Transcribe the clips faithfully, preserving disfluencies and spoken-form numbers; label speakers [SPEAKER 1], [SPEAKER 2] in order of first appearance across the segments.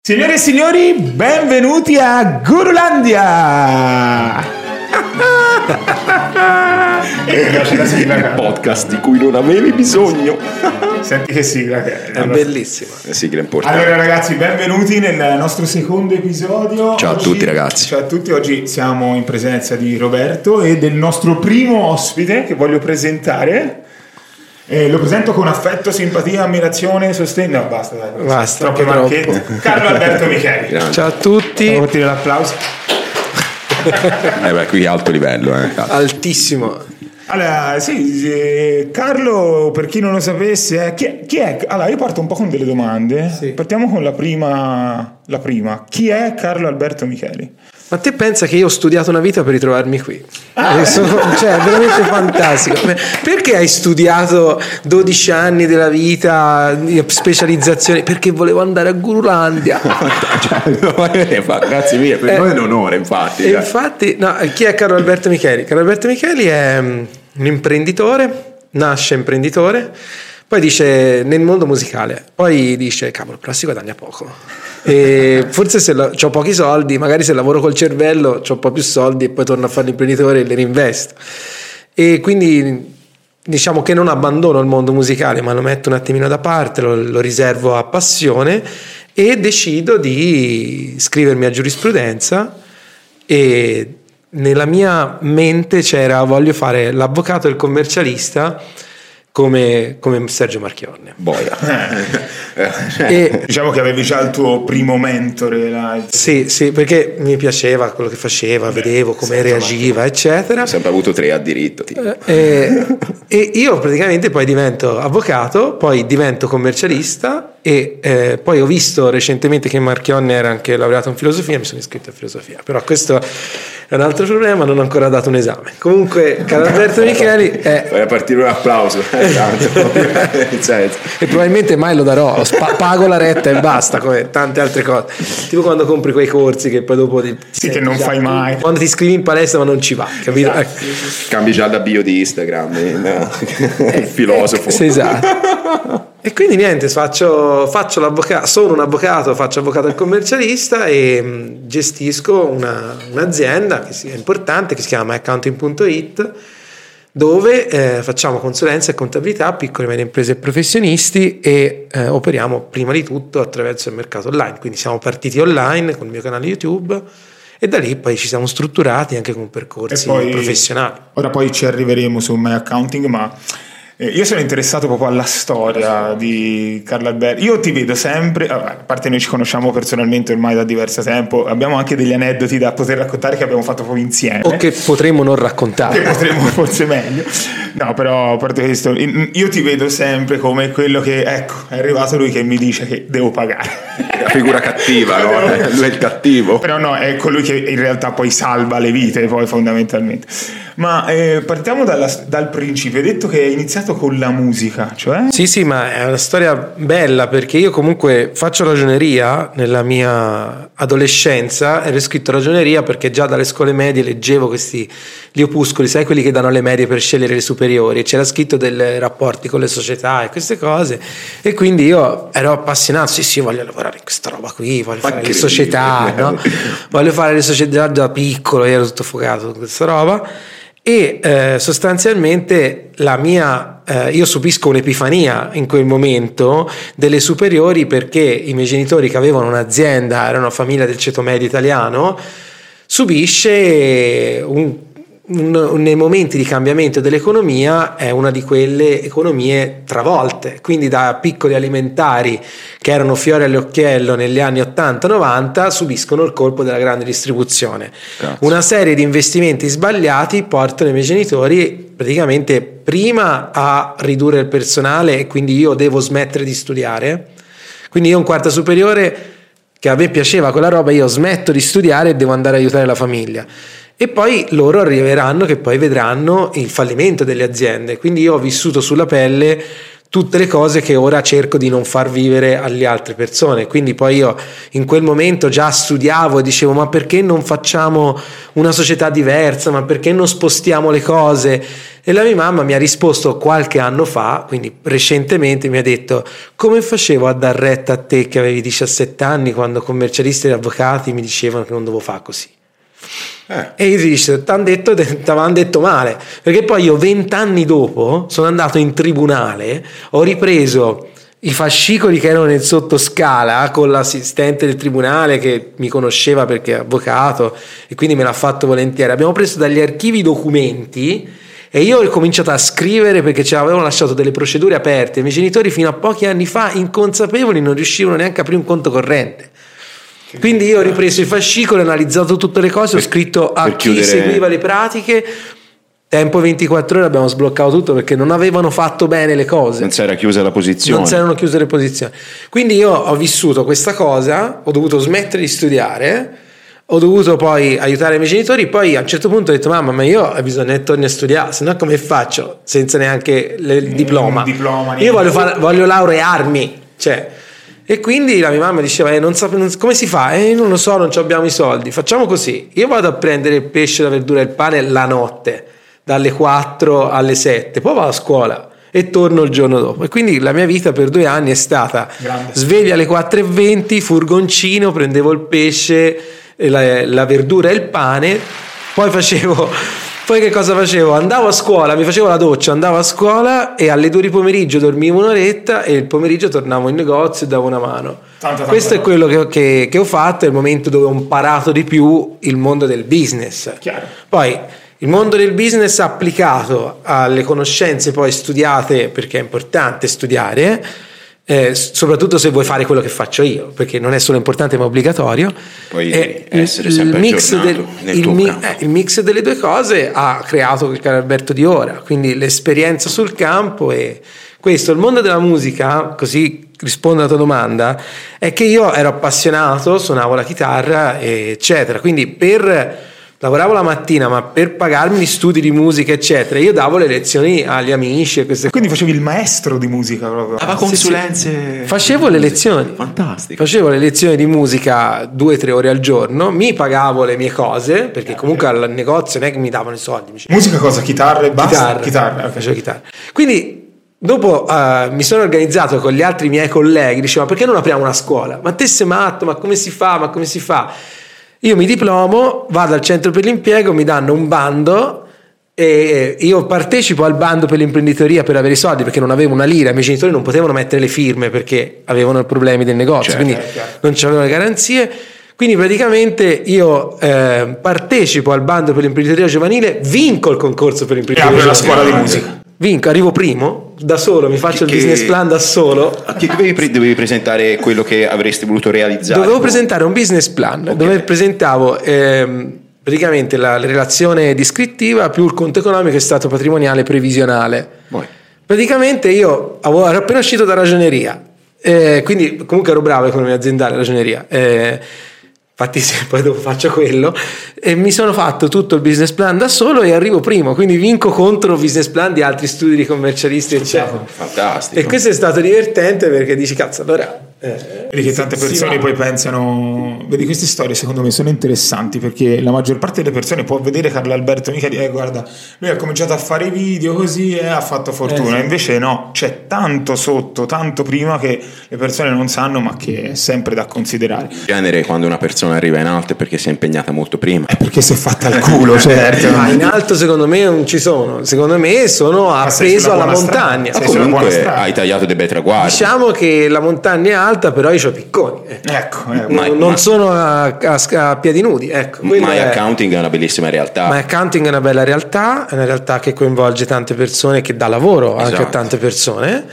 [SPEAKER 1] Signore e signori, benvenuti a Gurulandia! E mi piace la sigla,
[SPEAKER 2] il podcast di cui non avevi bisogno.
[SPEAKER 1] Senti che sigla che è,
[SPEAKER 3] è bellissima.
[SPEAKER 2] La sigla è importante.
[SPEAKER 1] Allora ragazzi, benvenuti nel nostro secondo episodio.
[SPEAKER 2] Ciao
[SPEAKER 1] oggi,
[SPEAKER 2] a tutti ragazzi.
[SPEAKER 1] Ciao a tutti, oggi siamo in presenza di Roberto e del nostro primo ospite che voglio presentare. Eh, lo presento con affetto, simpatia, ammirazione, sostegno. No, basta, dai.
[SPEAKER 3] Basta,
[SPEAKER 1] Troppe marchette. Carlo Alberto Micheli.
[SPEAKER 2] Grande.
[SPEAKER 3] Ciao a tutti.
[SPEAKER 1] Devo tirare l'applauso.
[SPEAKER 2] Eh beh, qui alto livello, eh.
[SPEAKER 3] Altissimo.
[SPEAKER 1] Allora, sì, eh, Carlo, per chi non lo sapesse, eh, chi, è, chi è? Allora, io parto un po' con delle domande.
[SPEAKER 3] Sì.
[SPEAKER 1] Partiamo con la prima, la prima. Chi è Carlo Alberto Micheli?
[SPEAKER 3] Ma te pensa che io ho studiato una vita per ritrovarmi qui?
[SPEAKER 1] Ah,
[SPEAKER 3] sono, cioè, è veramente fantastico. Perché hai studiato dodici anni della vita, specializzazioni? Perché volevo andare a Gurulandia.
[SPEAKER 2] Grazie mille, per
[SPEAKER 3] eh,
[SPEAKER 2] noi è un onore, infatti.
[SPEAKER 3] E infatti, no, chi è Carlo Alberto Micheli? Carlo Alberto Micheli è um, un imprenditore, nasce imprenditore, poi dice nel mondo musicale, poi dice cavolo, però si guadagna poco. E forse se la, ho pochi soldi, magari se lavoro col cervello ho un po' più soldi e poi torno a fare l'imprenditore e le reinvesto, e quindi diciamo che non abbandono il mondo musicale ma lo metto un attimino da parte, lo, lo riservo a passione e decido di iscrivermi a giurisprudenza. E nella mia mente c'era voglio fare l'avvocato e il commercialista come, come Sergio Marchionne.
[SPEAKER 2] Boia.
[SPEAKER 3] E,
[SPEAKER 1] diciamo che avevi già il tuo primo mentore là.
[SPEAKER 3] sì, sì, perché mi piaceva quello che faceva, Beh, vedevo come reagiva, eccetera.
[SPEAKER 2] Ho sempre avuto tre a diritto. Tipo.
[SPEAKER 3] E, e io praticamente poi divento avvocato, poi divento commercialista e eh, poi ho visto recentemente che Marchionne era anche laureato in filosofia e mi sono iscritto a filosofia, però questo è un altro problema, non ho ancora dato un esame. Comunque Carlo Alberto Micheli è...
[SPEAKER 2] Fai partire un applauso.
[SPEAKER 3] E probabilmente mai lo darò, sp- pago la retta e basta, come tante altre cose, tipo quando compri quei corsi che poi dopo ti,
[SPEAKER 1] sì, che non fai mai,
[SPEAKER 3] quando ti iscrivi in palestra ma non ci va, capito?
[SPEAKER 1] Esatto.
[SPEAKER 2] Cambi già la bio di Instagram, no? Il filosofo.
[SPEAKER 3] Eh, sì, esatto. E quindi niente, faccio, faccio l'avvocato, sono un avvocato, faccio avvocato e commercialista e mh, gestisco una, un'azienda che è importante che si chiama my accounting punto it, dove eh, facciamo consulenza e contabilità a piccole e medie imprese e professionisti e eh, operiamo prima di tutto attraverso il mercato online, quindi siamo partiti online con il mio canale YouTube e da lì poi ci siamo strutturati anche con percorsi poi, professionali.
[SPEAKER 1] Ora poi ci arriveremo su My Accounting, ma io sono interessato proprio alla storia di Carlo Alberto. Io ti vedo sempre, a parte noi ci conosciamo personalmente ormai da diverso tempo, abbiamo anche degli aneddoti da poter raccontare che abbiamo fatto proprio insieme.
[SPEAKER 3] O che potremmo non raccontare.
[SPEAKER 1] Che potremmo forse meglio. No, però a parte questo, io ti vedo sempre come quello che, ecco, è arrivato lui che mi dice che devo pagare.
[SPEAKER 2] La figura cattiva, no? Lui è il cattivo.
[SPEAKER 1] Però no, è colui che in realtà poi salva le vite, poi fondamentalmente. Ma eh, partiamo dalla, dal principio. Hai detto che hai iniziato con la musica, cioè?
[SPEAKER 3] Sì, sì, ma è una storia bella perché io comunque faccio ragioneria nella mia adolescenza, ero iscritto a ragioneria perché già dalle scuole medie leggevo questi gli opuscoli, sai, quelli che danno le medie per scegliere le superiori, e c'era scritto dei rapporti con le società e queste cose, e quindi io ero appassionato, sì sì, voglio lavorare in questa roba qui, voglio fare le società, no? Voglio fare le società da piccolo, io ero tutto focato con questa roba. E eh, sostanzialmente la mia eh, io subisco un'epifania in quel momento delle superiori, perché i miei genitori, che avevano un'azienda, erano una famiglia del ceto medio italiano, subisce un Un, nei momenti di cambiamento dell'economia è una di quelle economie travolte, quindi da piccoli alimentari che erano fiori all'occhiello negli anni ottanta novanta subiscono il colpo della grande distribuzione. Grazie. Una serie di investimenti sbagliati portano i miei genitori praticamente prima a ridurre il personale, e quindi io devo smettere di studiare, quindi io in quarta superiore, che a me piaceva quella roba, io smetto di studiare e devo andare a aiutare la famiglia. E poi loro arriveranno che poi vedranno il fallimento delle aziende, quindi io ho vissuto sulla pelle tutte le cose che ora cerco di non far vivere alle altre persone. Quindi poi io in quel momento già studiavo e dicevo: ma perché non facciamo una società diversa, ma perché non spostiamo le cose? E la mia mamma mi ha risposto qualche anno fa, quindi recentemente, mi ha detto: come facevo a dar retta a te che avevi diciassette anni quando commercialisti e avvocati mi dicevano che non dovevo fare così? Eh. E io ti dice: t'han detto, t'avevano detto male, perché poi io vent'anni dopo sono andato in tribunale, ho ripreso i fascicoli che erano nel sottoscala con l'assistente del tribunale che mi conosceva perché è avvocato e quindi me l'ha fatto volentieri. Abbiamo preso dagli archivi i documenti e io ho cominciato a scrivere perché ci avevano lasciato delle procedure aperte. I miei genitori fino a pochi anni fa, inconsapevoli, non riuscivano neanche a aprire un conto corrente. Quindi io ho ripreso i fascicoli, ho analizzato tutte le cose, ho scritto a chi chiudere... seguiva le pratiche. Tempo ventiquattro ore abbiamo sbloccato tutto perché non avevano fatto bene le cose.
[SPEAKER 2] Non si era chiusa la posizione.
[SPEAKER 3] Non si erano chiuse le posizioni. Quindi io ho vissuto questa cosa, ho dovuto smettere di studiare, ho dovuto poi aiutare i miei genitori, poi a un certo punto ho detto: mamma, ma io ho bisogno di tornare a studiare, se no come faccio senza neanche il diploma?
[SPEAKER 1] diploma
[SPEAKER 3] io voglio, far, voglio laurearmi, cioè. E quindi la mia mamma diceva: eh, non so, non, come si fa? Eh, non lo so, non abbiamo i soldi. Facciamo così, io vado a prendere il pesce, la verdura e il pane la notte, dalle quattro alle sette, poi vado a scuola e torno il giorno dopo. E quindi la mia vita per due anni è stata grande. Sveglia alle quattro e venti, furgoncino, prendevo il pesce, la, la verdura e il pane, poi facevo poi che cosa facevo? Andavo a scuola, mi facevo la doccia, andavo a scuola e alle due di pomeriggio dormivo un'oretta e il pomeriggio tornavo in negozio e davo una mano. Tanta, tanta questo tanta. È quello che, che, che ho fatto, è il momento dove ho imparato di più il mondo del business.
[SPEAKER 1] Chiaro.
[SPEAKER 3] Poi il mondo del business applicato alle conoscenze poi studiate, perché è importante studiare, eh, soprattutto se vuoi fare quello che faccio io, perché non è solo importante ma obbligatorio.
[SPEAKER 2] Puoi eh, essere il, sempre
[SPEAKER 3] il mix del,
[SPEAKER 2] nel
[SPEAKER 3] il,
[SPEAKER 2] tuo
[SPEAKER 3] mi,
[SPEAKER 2] campo.
[SPEAKER 3] Eh, il mix delle due cose ha creato il Carlalberto di ora, quindi l'esperienza sul campo e questo. Il mondo della musica, così rispondo alla tua domanda, è che io ero appassionato, suonavo la chitarra eccetera, quindi per lavoravo la mattina, ma per pagarmi gli studi di musica eccetera io davo le lezioni agli amici e queste
[SPEAKER 1] quindi facevi il maestro di musica proprio.
[SPEAKER 2] Dava consulenze.
[SPEAKER 3] Sì, sì. Facevo le lezioni,
[SPEAKER 2] fantastico.
[SPEAKER 3] Facevo le lezioni di musica due o tre ore al giorno, mi pagavo le mie cose perché comunque al negozio non è che mi davano i soldi.
[SPEAKER 1] Musica cosa? Chitarra e basta?
[SPEAKER 3] Chitarra,
[SPEAKER 1] chitarra okay.
[SPEAKER 3] Facevo chitarra. Quindi dopo uh, mi sono organizzato con gli altri miei colleghi, dicevo: ma perché non apriamo una scuola? Ma te sei matto, ma come si fa? Ma come si fa? Io mi diplomo, vado al centro per l'impiego, mi danno un bando e io partecipo al bando per l'imprenditoria per avere i soldi perché non avevo una lira, i miei genitori non potevano mettere le firme perché avevano problemi del negozio, certo, quindi certo. non c'avevano le garanzie. Quindi praticamente io eh, partecipo al bando per l'imprenditoria giovanile, vinco il concorso per l'imprenditoria
[SPEAKER 1] e apro la scuola di musica.
[SPEAKER 3] Vinco, arrivo primo, da solo, mi faccio che, il business plan da solo.
[SPEAKER 2] Che dovevi, pre- dovevi presentare quello che avresti voluto realizzare?
[SPEAKER 3] Dovevo presentare un business plan, okay. dove presentavo ehm, praticamente la, la relazione descrittiva più il conto economico e stato patrimoniale previsionale. Poi. Praticamente io avevo, ero appena uscito da ragioneria, eh, quindi comunque ero bravo economia aziendale, ragioneria. Eh, Infatti se poi dopo faccio quello e mi sono fatto tutto il business plan da solo e arrivo primo, quindi vinco contro il business plan di altri studi di commercialisti eccetera.
[SPEAKER 2] Fantastico.
[SPEAKER 3] E questo è stato divertente perché dici cazzo allora
[SPEAKER 1] eh, vedi che tante persone poi pensano, vedi queste storie secondo me sono interessanti perché la maggior parte delle persone può vedere Carlalberto mica dire eh, guarda lui ha cominciato a fare video così e ha fatto fortuna, eh, sì. Invece no, c'è tanto sotto, tanto prima che le persone non sanno ma che è sempre da considerare.
[SPEAKER 2] In genere quando una persona arriva in alto è perché si è impegnata molto prima,
[SPEAKER 1] è perché si è fatta il culo, certo.
[SPEAKER 3] Ma in alto secondo me non ci sono, secondo me sono appeso alla montagna.
[SPEAKER 2] Ma comunque hai tagliato dei bei traguardi.
[SPEAKER 3] Diciamo che la montagna è alta però io ho picconi, eh.
[SPEAKER 1] ecco, eh,
[SPEAKER 3] ma, non ma, sono a, a, a piedi nudi, ecco.
[SPEAKER 2] My Accounting è una bellissima realtà.
[SPEAKER 3] My Accounting è una bella realtà, è una realtà che coinvolge tante persone, che dà lavoro esatto. anche a tante persone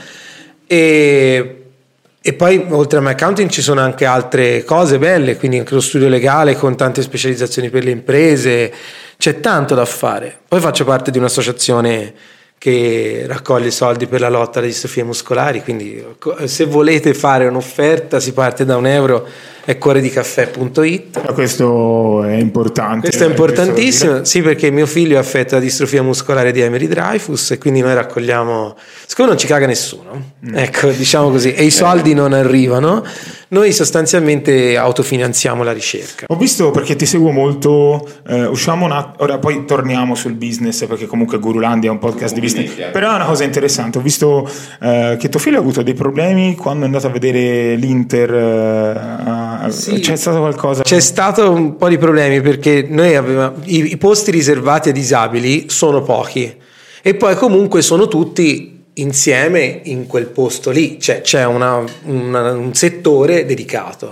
[SPEAKER 3] e E poi oltre a My Accounting ci sono anche altre cose belle, quindi anche lo studio legale con tante specializzazioni per le imprese, c'è tanto da fare. Poi faccio parte di un'associazione che raccoglie soldi per la lotta alle distrofie muscolari, quindi se volete fare un'offerta si parte da un euro, è cuore di caffè punto it.
[SPEAKER 1] Questo è importante.
[SPEAKER 3] Questo è importantissimo, sì, perché mio figlio è affetto da distrofia muscolare di Emery-Dreifuss e quindi noi raccogliamo, siccome non ci caga nessuno, mm. ecco, diciamo così, e i soldi non arrivano, noi sostanzialmente autofinanziamo la ricerca.
[SPEAKER 1] Ho visto, perché ti seguo molto, eh, usciamo una, ora poi torniamo sul business, perché comunque Gurulandia è un podcast di business, però è una cosa interessante. Ho visto eh, che tuo figlio ha avuto dei problemi quando è andato a vedere l'Inter, eh,
[SPEAKER 3] sì,
[SPEAKER 1] c'è stato qualcosa?
[SPEAKER 3] C'è stato un po' di problemi, perché noi avevamo i, i posti riservati ai disabili sono pochi e poi comunque sono tutti insieme in quel posto lì, cioè c'è una, una, un settore dedicato.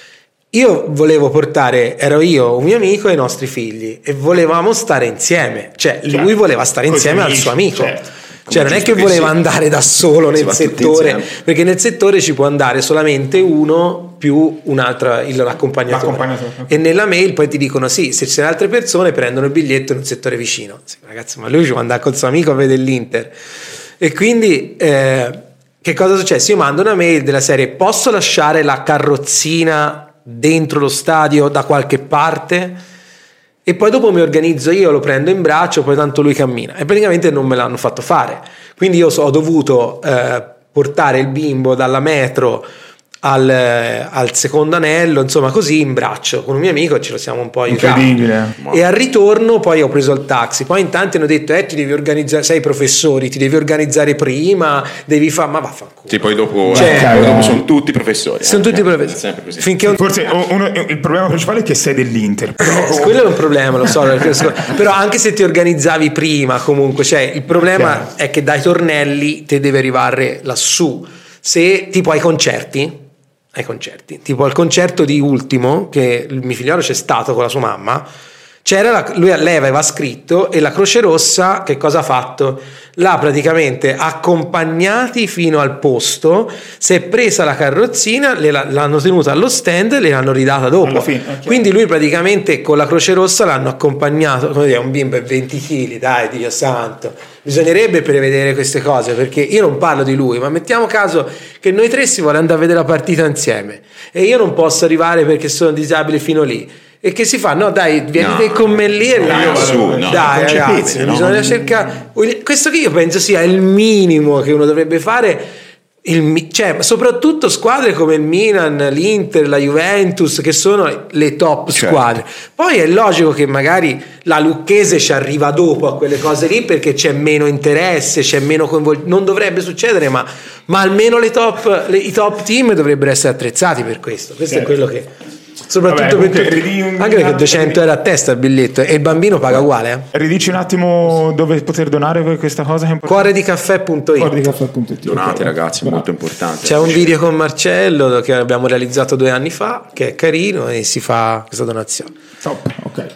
[SPEAKER 3] Io volevo portare, ero io, un mio amico e i nostri figli e volevamo stare insieme, cioè certo. Lui voleva stare insieme al suo amico, certo. Cioè non è che voleva andare da solo nel settore, perché nel settore ci può andare solamente uno più un'altra, l'accompagnatore. l'accompagnatore e nella mail poi ti dicono sì, se c'è altre persone prendono il biglietto in un settore vicino. Sì, ragazzi, ma lui ci può andare col suo amico a vedere l'Inter. E quindi eh, che cosa successe? Io mando una mail della serie: posso lasciare la carrozzina dentro lo stadio da qualche parte? E poi dopo mi organizzo io, lo prendo in braccio, poi tanto lui cammina. E praticamente non me l'hanno fatto fare. Quindi io so, ho dovuto eh, portare il bimbo dalla metro al, al secondo anello, insomma così, in braccio con un mio amico, ce lo siamo un po' aiutati.
[SPEAKER 1] Incredibile.
[SPEAKER 3] E al ritorno poi ho preso il taxi. Poi in tanti hanno detto eh ti devi organizzare, sei professori, ti devi organizzare prima, devi fare, ma vaffanculo.
[SPEAKER 2] Sì, poi dopo,
[SPEAKER 3] cioè,
[SPEAKER 2] eh, poi dopo sono tutti professori.
[SPEAKER 3] Sono
[SPEAKER 2] eh,
[SPEAKER 3] tutti
[SPEAKER 2] eh,
[SPEAKER 3] professori.
[SPEAKER 2] Sempre così.
[SPEAKER 3] Finché un...
[SPEAKER 1] Forse uno, il problema principale è che sei dell'Inter.
[SPEAKER 3] Però... quello è un problema, lo so, però anche se ti organizzavi prima comunque, cioè il problema Chiaro. È che dai tornelli te deve arrivare lassù. Se tipo ai concerti ai concerti, tipo al concerto di Ultimo che il mio figliolo c'è stato con la sua mamma, c'era la, lui lei aveva scritto e la Croce Rossa che cosa ha fatto? L'ha praticamente accompagnati fino al posto, si è presa la carrozzina, le, l'hanno tenuta allo stand e le l'hanno ridata dopo. Fine, okay. Quindi lui praticamente con la Croce Rossa l'hanno accompagnato, come dire, un bimbo è venti chili, dai Dio santo. Bisognerebbe prevedere queste cose, perché io non parlo di lui, ma mettiamo caso che noi tre si vuole andare a vedere la partita insieme e io non posso arrivare perché sono disabile fino lì. E che si fa? No, dai, vienite no, con me lì e là.
[SPEAKER 2] No, no,
[SPEAKER 3] dai, ragazzi, no, bisogna no. cercare. Questo che io penso sia il minimo che uno dovrebbe fare. Il, cioè, soprattutto squadre come il Milan, l'Inter, la Juventus, che sono le top certo. squadre. Poi è logico che magari la Lucchese ci arriva dopo a quelle cose lì perché c'è meno interesse, c'è meno coinvolgimento. Non dovrebbe succedere, ma, ma almeno le top, le, i top team dovrebbero essere attrezzati per questo. Questo certo. è quello che. Soprattutto Vabbè, perché un, anche perché duecento euro a testa il biglietto e il bambino paga uguale. Eh?
[SPEAKER 1] Ridici un attimo dove poter donare per questa cosa.
[SPEAKER 3] cuore di caffè punto it.
[SPEAKER 1] cuore di caffè punto it.
[SPEAKER 2] Donate okay. ragazzi, Bravo. Molto importante.
[SPEAKER 3] C'è un video con Marcello che abbiamo realizzato due anni fa che è carino e si fa questa donazione.
[SPEAKER 1] Top, ok.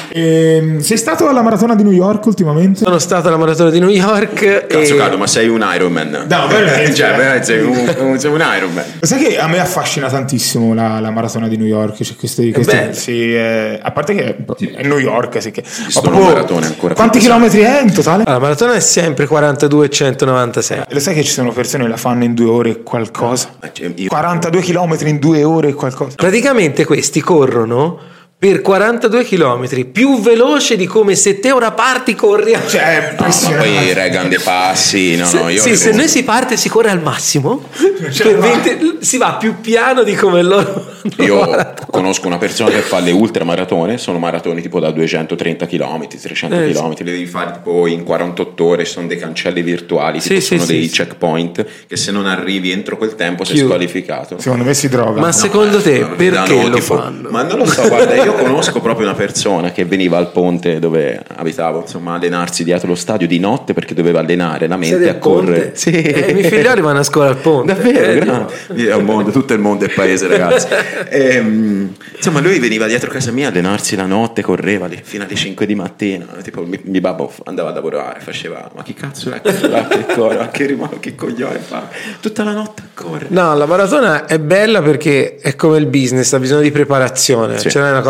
[SPEAKER 1] E, sei stato alla maratona di New York ultimamente?
[SPEAKER 3] Sono stato alla maratona di New York.
[SPEAKER 2] Cazzo
[SPEAKER 3] e...
[SPEAKER 2] Carlo, ma sei un Ironman.
[SPEAKER 1] No, veramente.
[SPEAKER 2] Cioè, veramente sei un, un, sei un Ironman.
[SPEAKER 1] Sai che a me affascina tantissimo la, la maratona di New York. Cioè questi, questi, sì, eh, a parte che è New York, sì, che
[SPEAKER 2] sono maratone ancora.
[SPEAKER 1] Quanti chilometri è in totale?
[SPEAKER 3] La maratona è sempre quarantadue e centonovantasei.
[SPEAKER 1] Lo sai che ci sono persone che la fanno in due ore e qualcosa? quarantadue chilometri in due ore e qualcosa.
[SPEAKER 3] Praticamente questi corrono per quarantadue chilometri più veloce di come se te ora parti corri a...
[SPEAKER 1] cioè
[SPEAKER 2] no, ma poi regano dei passi no,
[SPEAKER 3] se,
[SPEAKER 2] no, io
[SPEAKER 3] sì, se noi si parte si corre al massimo per venti, si va più piano di come loro
[SPEAKER 2] io conosco una persona che fa le ultramaratone, sono maratoni tipo da duecentotrenta chilometri, trecento eh, chilometri, le devi fare tipo in quarantotto ore, sono dei cancelli virtuali, tipo sì, sono sì, dei sì, checkpoint che se non arrivi entro quel tempo sei squalificato.
[SPEAKER 1] Secondo me si droga.
[SPEAKER 3] Ma
[SPEAKER 1] no,
[SPEAKER 3] secondo te
[SPEAKER 2] no,
[SPEAKER 3] perché
[SPEAKER 2] no,
[SPEAKER 3] lo
[SPEAKER 2] tipo,
[SPEAKER 3] fanno?
[SPEAKER 2] Ma non lo so, guarda, io conosco proprio una persona che veniva al ponte dove abitavo, insomma, a allenarsi dietro lo stadio di notte perché doveva allenare la mente a correre.
[SPEAKER 3] Sì. Eh, I miei figlioli vanno a scuola al ponte.
[SPEAKER 2] Davvero, eh, grande. È un mondo, tutto il mondo è paese, ragazzi. E, insomma, lui veniva dietro casa mia a allenarsi la notte, correva lì, fino alle cinque di mattina. Tipo, mio babbo andava a lavorare, faceva, ma chi cazzo è questo? Che corre, che rimane, che coglione fa? Tutta la notte a correre.
[SPEAKER 3] No, la maratona è bella perché è come il business, ha bisogno di preparazione, sì. Cioè non è una cosa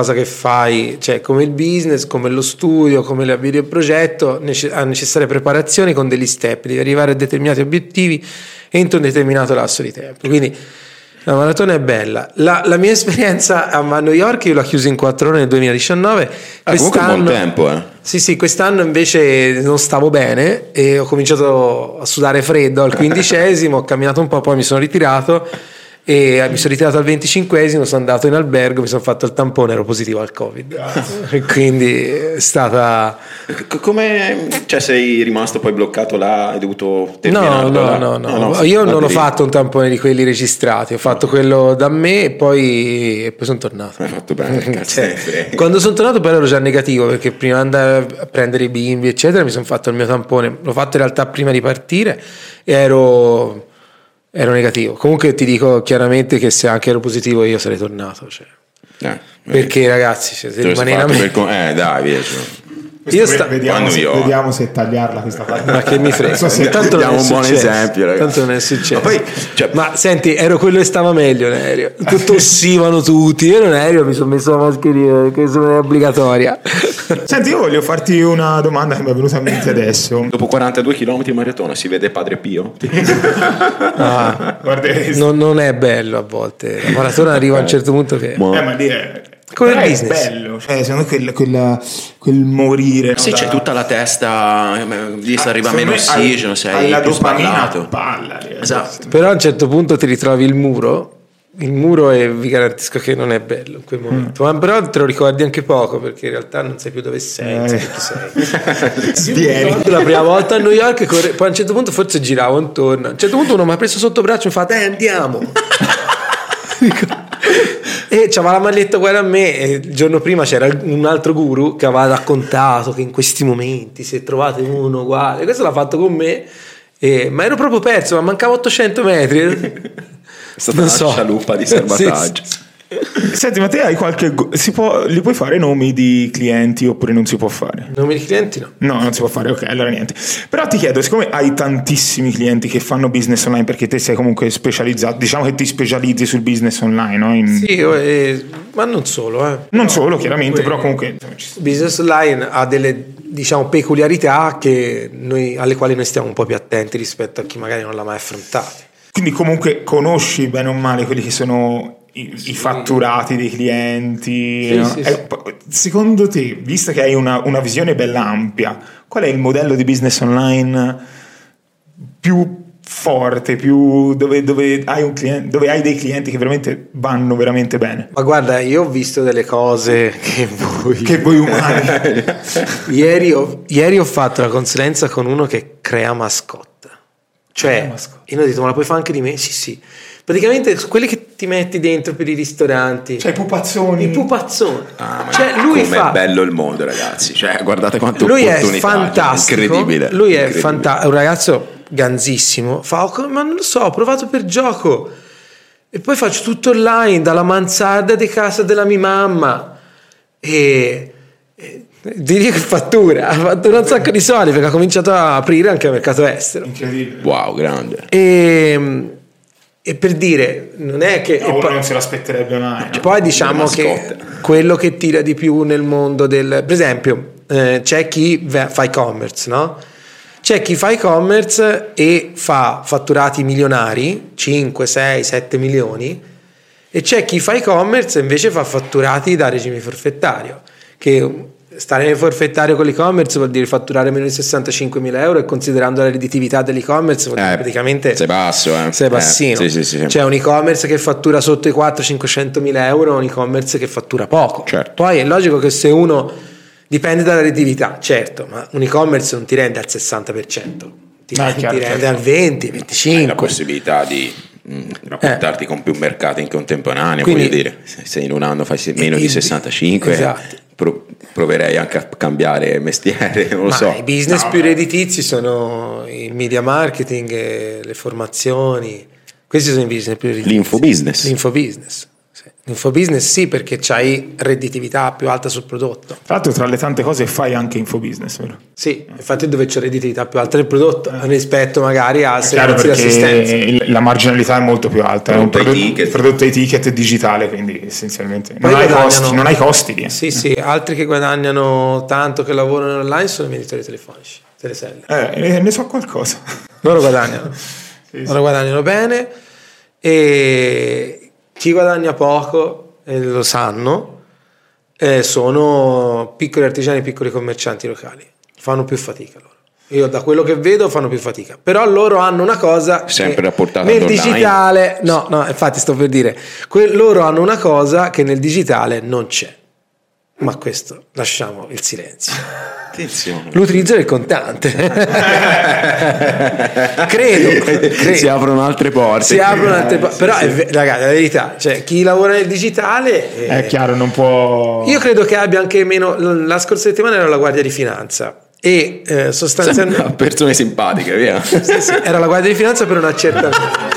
[SPEAKER 3] cosa che fai, cioè come il business, come lo studio, come l'avvio del progetto, nece- ha necessarie preparazioni con degli step, devi arrivare a determinati obiettivi entro un determinato lasso di tempo. Quindi la maratona è bella. La, la mia esperienza a New York io l'ho chiusa in quattro ore nel duemiladiciannove.
[SPEAKER 2] Ah, comunque buon tempo, eh.
[SPEAKER 3] Sì, sì, quest'anno invece non stavo bene e ho cominciato a sudare freddo al quindicesimo, ho camminato un po', poi mi sono ritirato e mi sono ritirato al venticinquesimo, sono andato in albergo, mi sono fatto il tampone, ero positivo al Covid. Quindi è stata...
[SPEAKER 2] Come, cioè sei rimasto poi bloccato là, hai dovuto
[SPEAKER 3] No,
[SPEAKER 2] terminarlo
[SPEAKER 3] no,
[SPEAKER 2] là?
[SPEAKER 3] no, no,
[SPEAKER 2] no, no
[SPEAKER 3] io non ho fatto un tampone di quelli registrati, ho fatto quello da me e poi, e poi sono tornato.
[SPEAKER 2] Hai fatto bene, cazzo.
[SPEAKER 3] Cioè, quando sono tornato poi ero già negativo, perché prima di andare a prendere i bimbi eccetera mi sono fatto il mio tampone, l'ho fatto in realtà prima di partire e ero... ero negativo. Comunque ti dico chiaramente che se anche ero positivo io sarei tornato, cioè.
[SPEAKER 2] eh,
[SPEAKER 3] perché ragazzi, cioè, se rimane in America...
[SPEAKER 2] per... eh dai via, cioè.
[SPEAKER 3] Io sta...
[SPEAKER 1] vediamo, se, vediamo se tagliarla questa parte.
[SPEAKER 3] Ma che mi frega,
[SPEAKER 1] so se
[SPEAKER 3] tanto non è
[SPEAKER 2] un buon
[SPEAKER 3] successo.
[SPEAKER 2] esempio, ragazzi.
[SPEAKER 3] Tanto non è successo.
[SPEAKER 2] Ma, poi, cioè...
[SPEAKER 3] ma senti, ero quello che stava meglio in aereo, tossivano tutti, io in aereo mi sono messo la mascherina perché sono obbligatoria.
[SPEAKER 1] Senti, io voglio farti una domanda che mi è venuta in mente adesso.
[SPEAKER 2] Dopo quarantadue chilometri maratona si vede Padre Pio?
[SPEAKER 3] Ah,
[SPEAKER 1] guarda,
[SPEAKER 3] non, non è bello a volte, la maratona arriva a un certo punto che...
[SPEAKER 1] eh, ma lì è...
[SPEAKER 3] come il
[SPEAKER 1] è
[SPEAKER 3] business,
[SPEAKER 1] bello, cioè secondo me quel, quel, quel morire,
[SPEAKER 2] sì,
[SPEAKER 1] no,
[SPEAKER 2] c'è
[SPEAKER 1] da...
[SPEAKER 2] tutta la testa, lì
[SPEAKER 1] ah,
[SPEAKER 2] arriva meno ossigeno, sei
[SPEAKER 1] alla
[SPEAKER 2] più
[SPEAKER 1] dopamina
[SPEAKER 2] sballato.
[SPEAKER 1] palla,
[SPEAKER 2] Esatto.
[SPEAKER 3] però a un certo punto ti ritrovi il muro il muro e vi garantisco che non è bello in quel momento, mm. ma però te lo ricordi anche poco perché in realtà non sai più dove sei, non sai chi sei. Svieni. La prima volta a New York corre... poi a un certo punto forse giravo intorno, a un certo punto uno mi ha preso sotto braccio e mi fa dai andiamo e c'aveva la maglietta uguale a me e il giorno prima c'era un altro guru che aveva raccontato che in questi momenti se trovate uno uguale, questo l'ha fatto con me e... ma ero proprio perso, ma mancava ottocento metri.
[SPEAKER 2] È stata una so. scialuppa di salvataggio.
[SPEAKER 3] Sì, sì.
[SPEAKER 1] Senti, ma te hai qualche si può, li puoi fare nomi di clienti oppure non si può fare?
[SPEAKER 3] Nomi di clienti no.
[SPEAKER 1] No, non si può fare, ok, allora niente. Però ti chiedo, siccome hai tantissimi clienti che fanno business online perché te sei comunque specializzato, diciamo che ti specializzi sul business online, no? In...
[SPEAKER 3] Sì, eh, ma non solo, eh.
[SPEAKER 1] Non
[SPEAKER 3] no,
[SPEAKER 1] solo, chiaramente, però comunque
[SPEAKER 3] business online ha delle, diciamo, peculiarità che noi, alle quali noi stiamo un po' più attenti rispetto a chi magari non l'ha mai affrontato.
[SPEAKER 1] Quindi comunque conosci bene o male quelli che sono i, i fatturati dei clienti,
[SPEAKER 3] sì,
[SPEAKER 1] no?
[SPEAKER 3] sì,
[SPEAKER 1] eh, secondo te, visto che hai una, una visione bella ampia, qual è il modello di business online più forte, più dove, dove hai un cliente, dove hai dei clienti che veramente vanno veramente bene?
[SPEAKER 3] Ma guarda, io ho visto delle cose che voi
[SPEAKER 1] che voi umani
[SPEAKER 3] ieri, ho, ieri ho fatto la consulenza con uno che crea mascotte. Cioè, io ho detto, ma la puoi fare anche di me? Sì, sì. Praticamente quelli che ti metti dentro per i ristoranti.
[SPEAKER 1] Cioè i pupazzoni.
[SPEAKER 3] I pupazzoni.
[SPEAKER 2] Ah, ma
[SPEAKER 3] cioè, lui
[SPEAKER 2] com'è
[SPEAKER 3] fa...
[SPEAKER 2] bello il mondo, ragazzi. Cioè, guardate quanto
[SPEAKER 3] lui è
[SPEAKER 2] opportunità.
[SPEAKER 3] fantastico.
[SPEAKER 2] Incredibile.
[SPEAKER 3] Lui è
[SPEAKER 2] incredibile.
[SPEAKER 3] fanta- un ragazzo ganzissimo. Fa, oh, ma non lo so, ho provato per gioco. E poi faccio tutto online, dalla mansarda di casa della mia mamma. E... e diria che fattura, ha fatto un sacco di soldi perché ha cominciato a aprire anche al mercato estero.
[SPEAKER 1] Incredibile.
[SPEAKER 2] Wow, grande.
[SPEAKER 3] E, e per dire, non è che...
[SPEAKER 1] No,
[SPEAKER 3] e poi,
[SPEAKER 1] non se l'aspetterebbe mai. No?
[SPEAKER 3] Poi diciamo che quello che tira di più nel mondo del... Per esempio, eh, c'è chi fa e-commerce, no? C'è chi fa e-commerce e fa fatturati milionari, cinque, sei, sette milioni, e c'è chi fa e-commerce e invece fa fatturati da regime forfettario, che... Stare nel forfettario con l'e-commerce vuol dire fatturare meno di sessantacinquemila euro e considerando la redditività dell'e-commerce vuol dire
[SPEAKER 2] eh,
[SPEAKER 3] praticamente
[SPEAKER 2] sei basso, eh.
[SPEAKER 3] sei bassino.
[SPEAKER 2] Eh, sì, sì, sì.
[SPEAKER 3] C'è un e-commerce che fattura sotto i quattrocento cinquecentomila euro, un e-commerce che fattura poco.
[SPEAKER 2] Certo.
[SPEAKER 3] Poi è logico che se uno dipende dalla redditività, certo, ma un e-commerce non ti rende al sessanta per cento, ti,
[SPEAKER 1] no,
[SPEAKER 3] rende,
[SPEAKER 1] chiaro,
[SPEAKER 3] ti rende
[SPEAKER 1] certo.
[SPEAKER 3] al venti, venticinque.
[SPEAKER 2] Hai la possibilità di mh, rapportarti eh. con più mercati in contemporanea.
[SPEAKER 3] Quindi,
[SPEAKER 2] voglio dire, se in un anno fai meno di sessantacinque,
[SPEAKER 3] esatto.
[SPEAKER 2] pro- proverei anche a cambiare mestiere, non lo
[SPEAKER 3] Ma
[SPEAKER 2] so.
[SPEAKER 3] I business
[SPEAKER 1] no,
[SPEAKER 3] più
[SPEAKER 1] beh.
[SPEAKER 3] redditizi sono il media marketing, e le formazioni. Questi sono i business più redditizi.
[SPEAKER 2] L'infobusiness.
[SPEAKER 3] L'infobusiness. Sì. Infobusiness sì, perché c'hai redditività più alta sul prodotto.
[SPEAKER 1] Tra l'altro tra le tante cose fai anche infobusiness, vero?
[SPEAKER 3] Sì, infatti dove c'è redditività più alta del prodotto eh. rispetto magari a
[SPEAKER 1] servizi di assistenza. La marginalità è molto più alta, è un prodotto, il prodotto ai ticket digitale, quindi essenzialmente non hai, costi, non hai costi. Eh.
[SPEAKER 3] Sì, sì, altri che guadagnano tanto, che lavorano online sono i venditori telefonici, teleseller.
[SPEAKER 1] Eh, ne so qualcosa.
[SPEAKER 3] Loro guadagnano, sì, loro sì. guadagnano bene e... Chi guadagna poco, eh, lo sanno, eh, sono piccoli artigiani, piccoli commercianti locali. Fanno più fatica loro. Io da quello che vedo fanno più fatica. Però loro hanno una cosa
[SPEAKER 2] sempre rapportata
[SPEAKER 3] nel digitale. No, no, infatti sto per dire, que- loro hanno una cosa che nel digitale non c'è. Ma questo lasciamo il silenzio.
[SPEAKER 2] Attenzione.
[SPEAKER 3] L'utilizzo del contante. credo, credo.
[SPEAKER 2] Si aprono altre porte.
[SPEAKER 3] Si aprono altre porte. Però sì, è, ragazzi, la verità, cioè chi lavora nel digitale
[SPEAKER 1] è, è chiaro, non può.
[SPEAKER 3] Io credo che abbia anche meno. La scorsa settimana era la Guardia di Finanza. E eh, sostanzialmente
[SPEAKER 2] Sembra persone simpatiche, via.
[SPEAKER 3] sì, sì, era la Guardia di Finanza per una certa.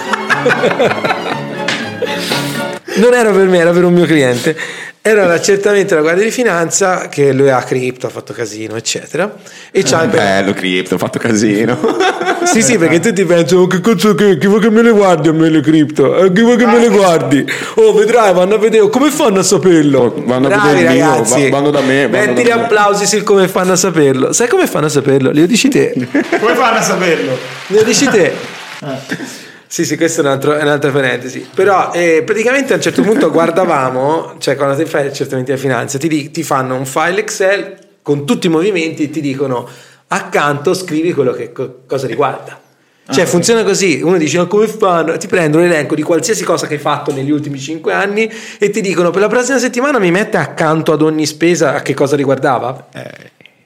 [SPEAKER 3] Non era per me, era per un mio cliente. Era certamente la Guardia di Finanza, che lui ha cripto, ha fatto casino, eccetera. E c'ha
[SPEAKER 2] bello cripto, ha fatto casino.
[SPEAKER 3] Sì, sì, perché tutti pensano: che cazzo, che chi vuoi che me le guardi a me le cripto? Eh, chi vuoi che me le guardi? Oh, vedrai, vanno a vedere come fanno a saperlo.
[SPEAKER 2] Vanno
[SPEAKER 3] Bravi,
[SPEAKER 2] a vedere
[SPEAKER 3] ragazzi,
[SPEAKER 2] mio, vanno da me. Vanno
[SPEAKER 3] metti
[SPEAKER 2] da
[SPEAKER 3] gli
[SPEAKER 2] me.
[SPEAKER 3] applausi sul come fanno a saperlo. Sai come fanno a saperlo? Li dici te.
[SPEAKER 1] Come fanno a saperlo?
[SPEAKER 3] Li dici te. Sì, sì, questo è, un altro, è un'altra parentesi. Però eh, praticamente a un certo punto guardavamo, cioè quando ti fai accertamenti di finanza, ti, ti fanno un file Excel con tutti i movimenti e ti dicono accanto scrivi quello che co- cosa riguarda. Cioè ah, funziona così, uno dice: ma come fanno? Ti prendono l'elenco di qualsiasi cosa che hai fatto negli ultimi cinque anni e ti dicono: per la prossima settimana mi mette accanto ad ogni spesa a che cosa riguardava. Eh.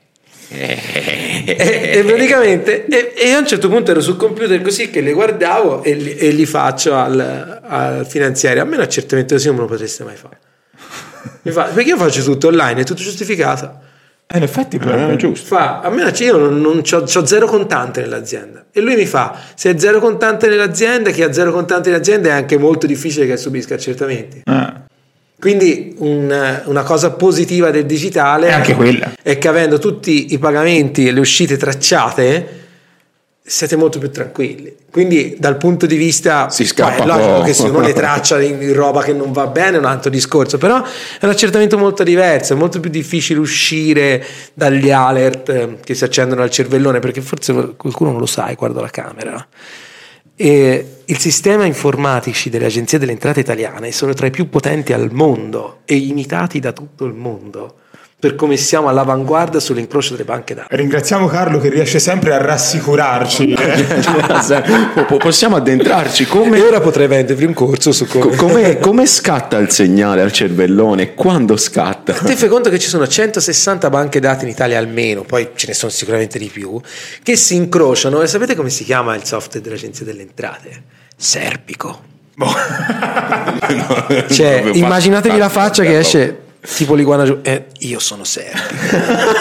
[SPEAKER 3] E, e praticamente e, e a un certo punto ero sul computer così che le guardavo e li, e li faccio al, al finanziario. A me un accertamento così non me lo potreste mai fare. Mi fa, perché io faccio tutto online, è tutto giustificato.
[SPEAKER 1] Eh, in effetti però è giusto.
[SPEAKER 3] Fa, a me io non, non c'ho, c'ho zero contante nell'azienda e lui mi fa: se è zero contante nell'azienda, chi ha zero contante nell'azienda è anche molto difficile che subisca accertamenti. Ah. Quindi un, una cosa positiva del digitale
[SPEAKER 1] è anche quella,
[SPEAKER 3] è che avendo tutti i pagamenti e le uscite tracciate siete molto più tranquilli. Quindi dal punto di vista
[SPEAKER 2] si scappa,
[SPEAKER 3] è logico che se uno le traccia in roba che non va bene è un altro discorso, però è un accertamento molto diverso, è molto più difficile uscire dagli alert che si accendono al cervellone, perché forse qualcuno non lo sa, guarda la camera. E il sistema informatici delle agenzie delle entrate italiane sono tra i più potenti al mondo e imitati da tutto il mondo per come siamo all'avanguardia sull'incrocio delle banche dati.
[SPEAKER 1] Ringraziamo Carlo che riesce sempre a rassicurarci.
[SPEAKER 2] Possiamo addentrarci come...
[SPEAKER 3] E ora potrei vendervi un corso su come...
[SPEAKER 2] come come scatta il segnale al cervellone, quando scatta.
[SPEAKER 3] Te fai conto che ci sono centosessanta banche dati in Italia almeno, poi ce ne sono sicuramente di più, che si incrociano. E sapete come si chiama il software dell'agenzia delle entrate? Serpico.
[SPEAKER 1] Boh.
[SPEAKER 3] Cioè, immaginatevi la faccia che esce tipo l'iguana giù. Eh, io sono Serpico.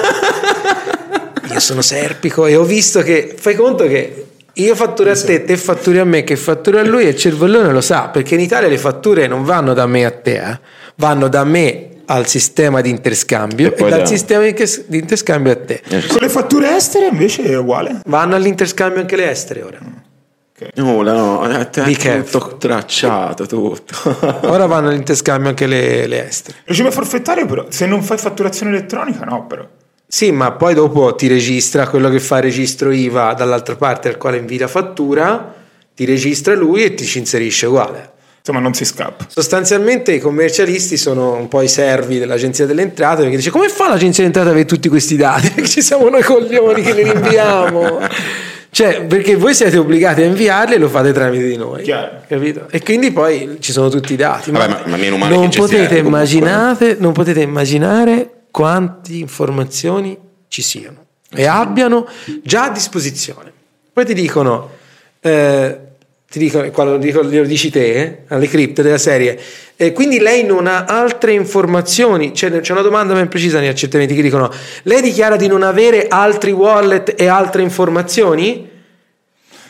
[SPEAKER 3] Io sono Serpico e ho visto che, fai conto che io fatturo a te, te fatturi a me, che fatturo a lui, e il cervellone lo sa, perché in Italia le fatture non vanno da me a te, eh? Vanno da me al sistema di interscambio e, e dal da... sistema di interscambio a te.
[SPEAKER 1] Con le fatture estere invece è uguale?
[SPEAKER 3] Vanno all'interscambio anche le estere ora.
[SPEAKER 2] Okay. No, no, è tutto tracciato, tutto.
[SPEAKER 3] Ora vanno all'interscambio anche le, le estere.
[SPEAKER 1] Regime forfettario però, se non fai fatturazione elettronica no però.
[SPEAKER 3] Sì, ma poi dopo ti registra quello che fa il registro I V A dall'altra parte al quale invia la fattura, ti registra lui e ti ci inserisce uguale.
[SPEAKER 1] Insomma non si scappa.
[SPEAKER 3] Sostanzialmente i commercialisti sono un po' i servi dell'agenzia delle entrate, perché dice: come fa l'agenzia delle entrate ad avere tutti questi dati? Ci siamo noi coglioni che li inviamo. Cioè, perché voi siete obbligati a inviarli e lo fate tramite di noi.
[SPEAKER 1] Chiaro.
[SPEAKER 3] Capito? E quindi poi ci sono tutti i dati.
[SPEAKER 2] Vabbè, ma, ma meno male
[SPEAKER 3] non
[SPEAKER 2] che
[SPEAKER 3] potete immaginate, non potete immaginare quante informazioni ci siano e abbiano già a disposizione. Poi ti dicono, eh, ti dicono quando lo dici te, eh, alle cripto della serie, eh, quindi lei non ha altre informazioni. C'è, c'è una domanda ben precisa negli accertamenti che dicono: lei dichiara di non avere altri wallet e altre informazioni?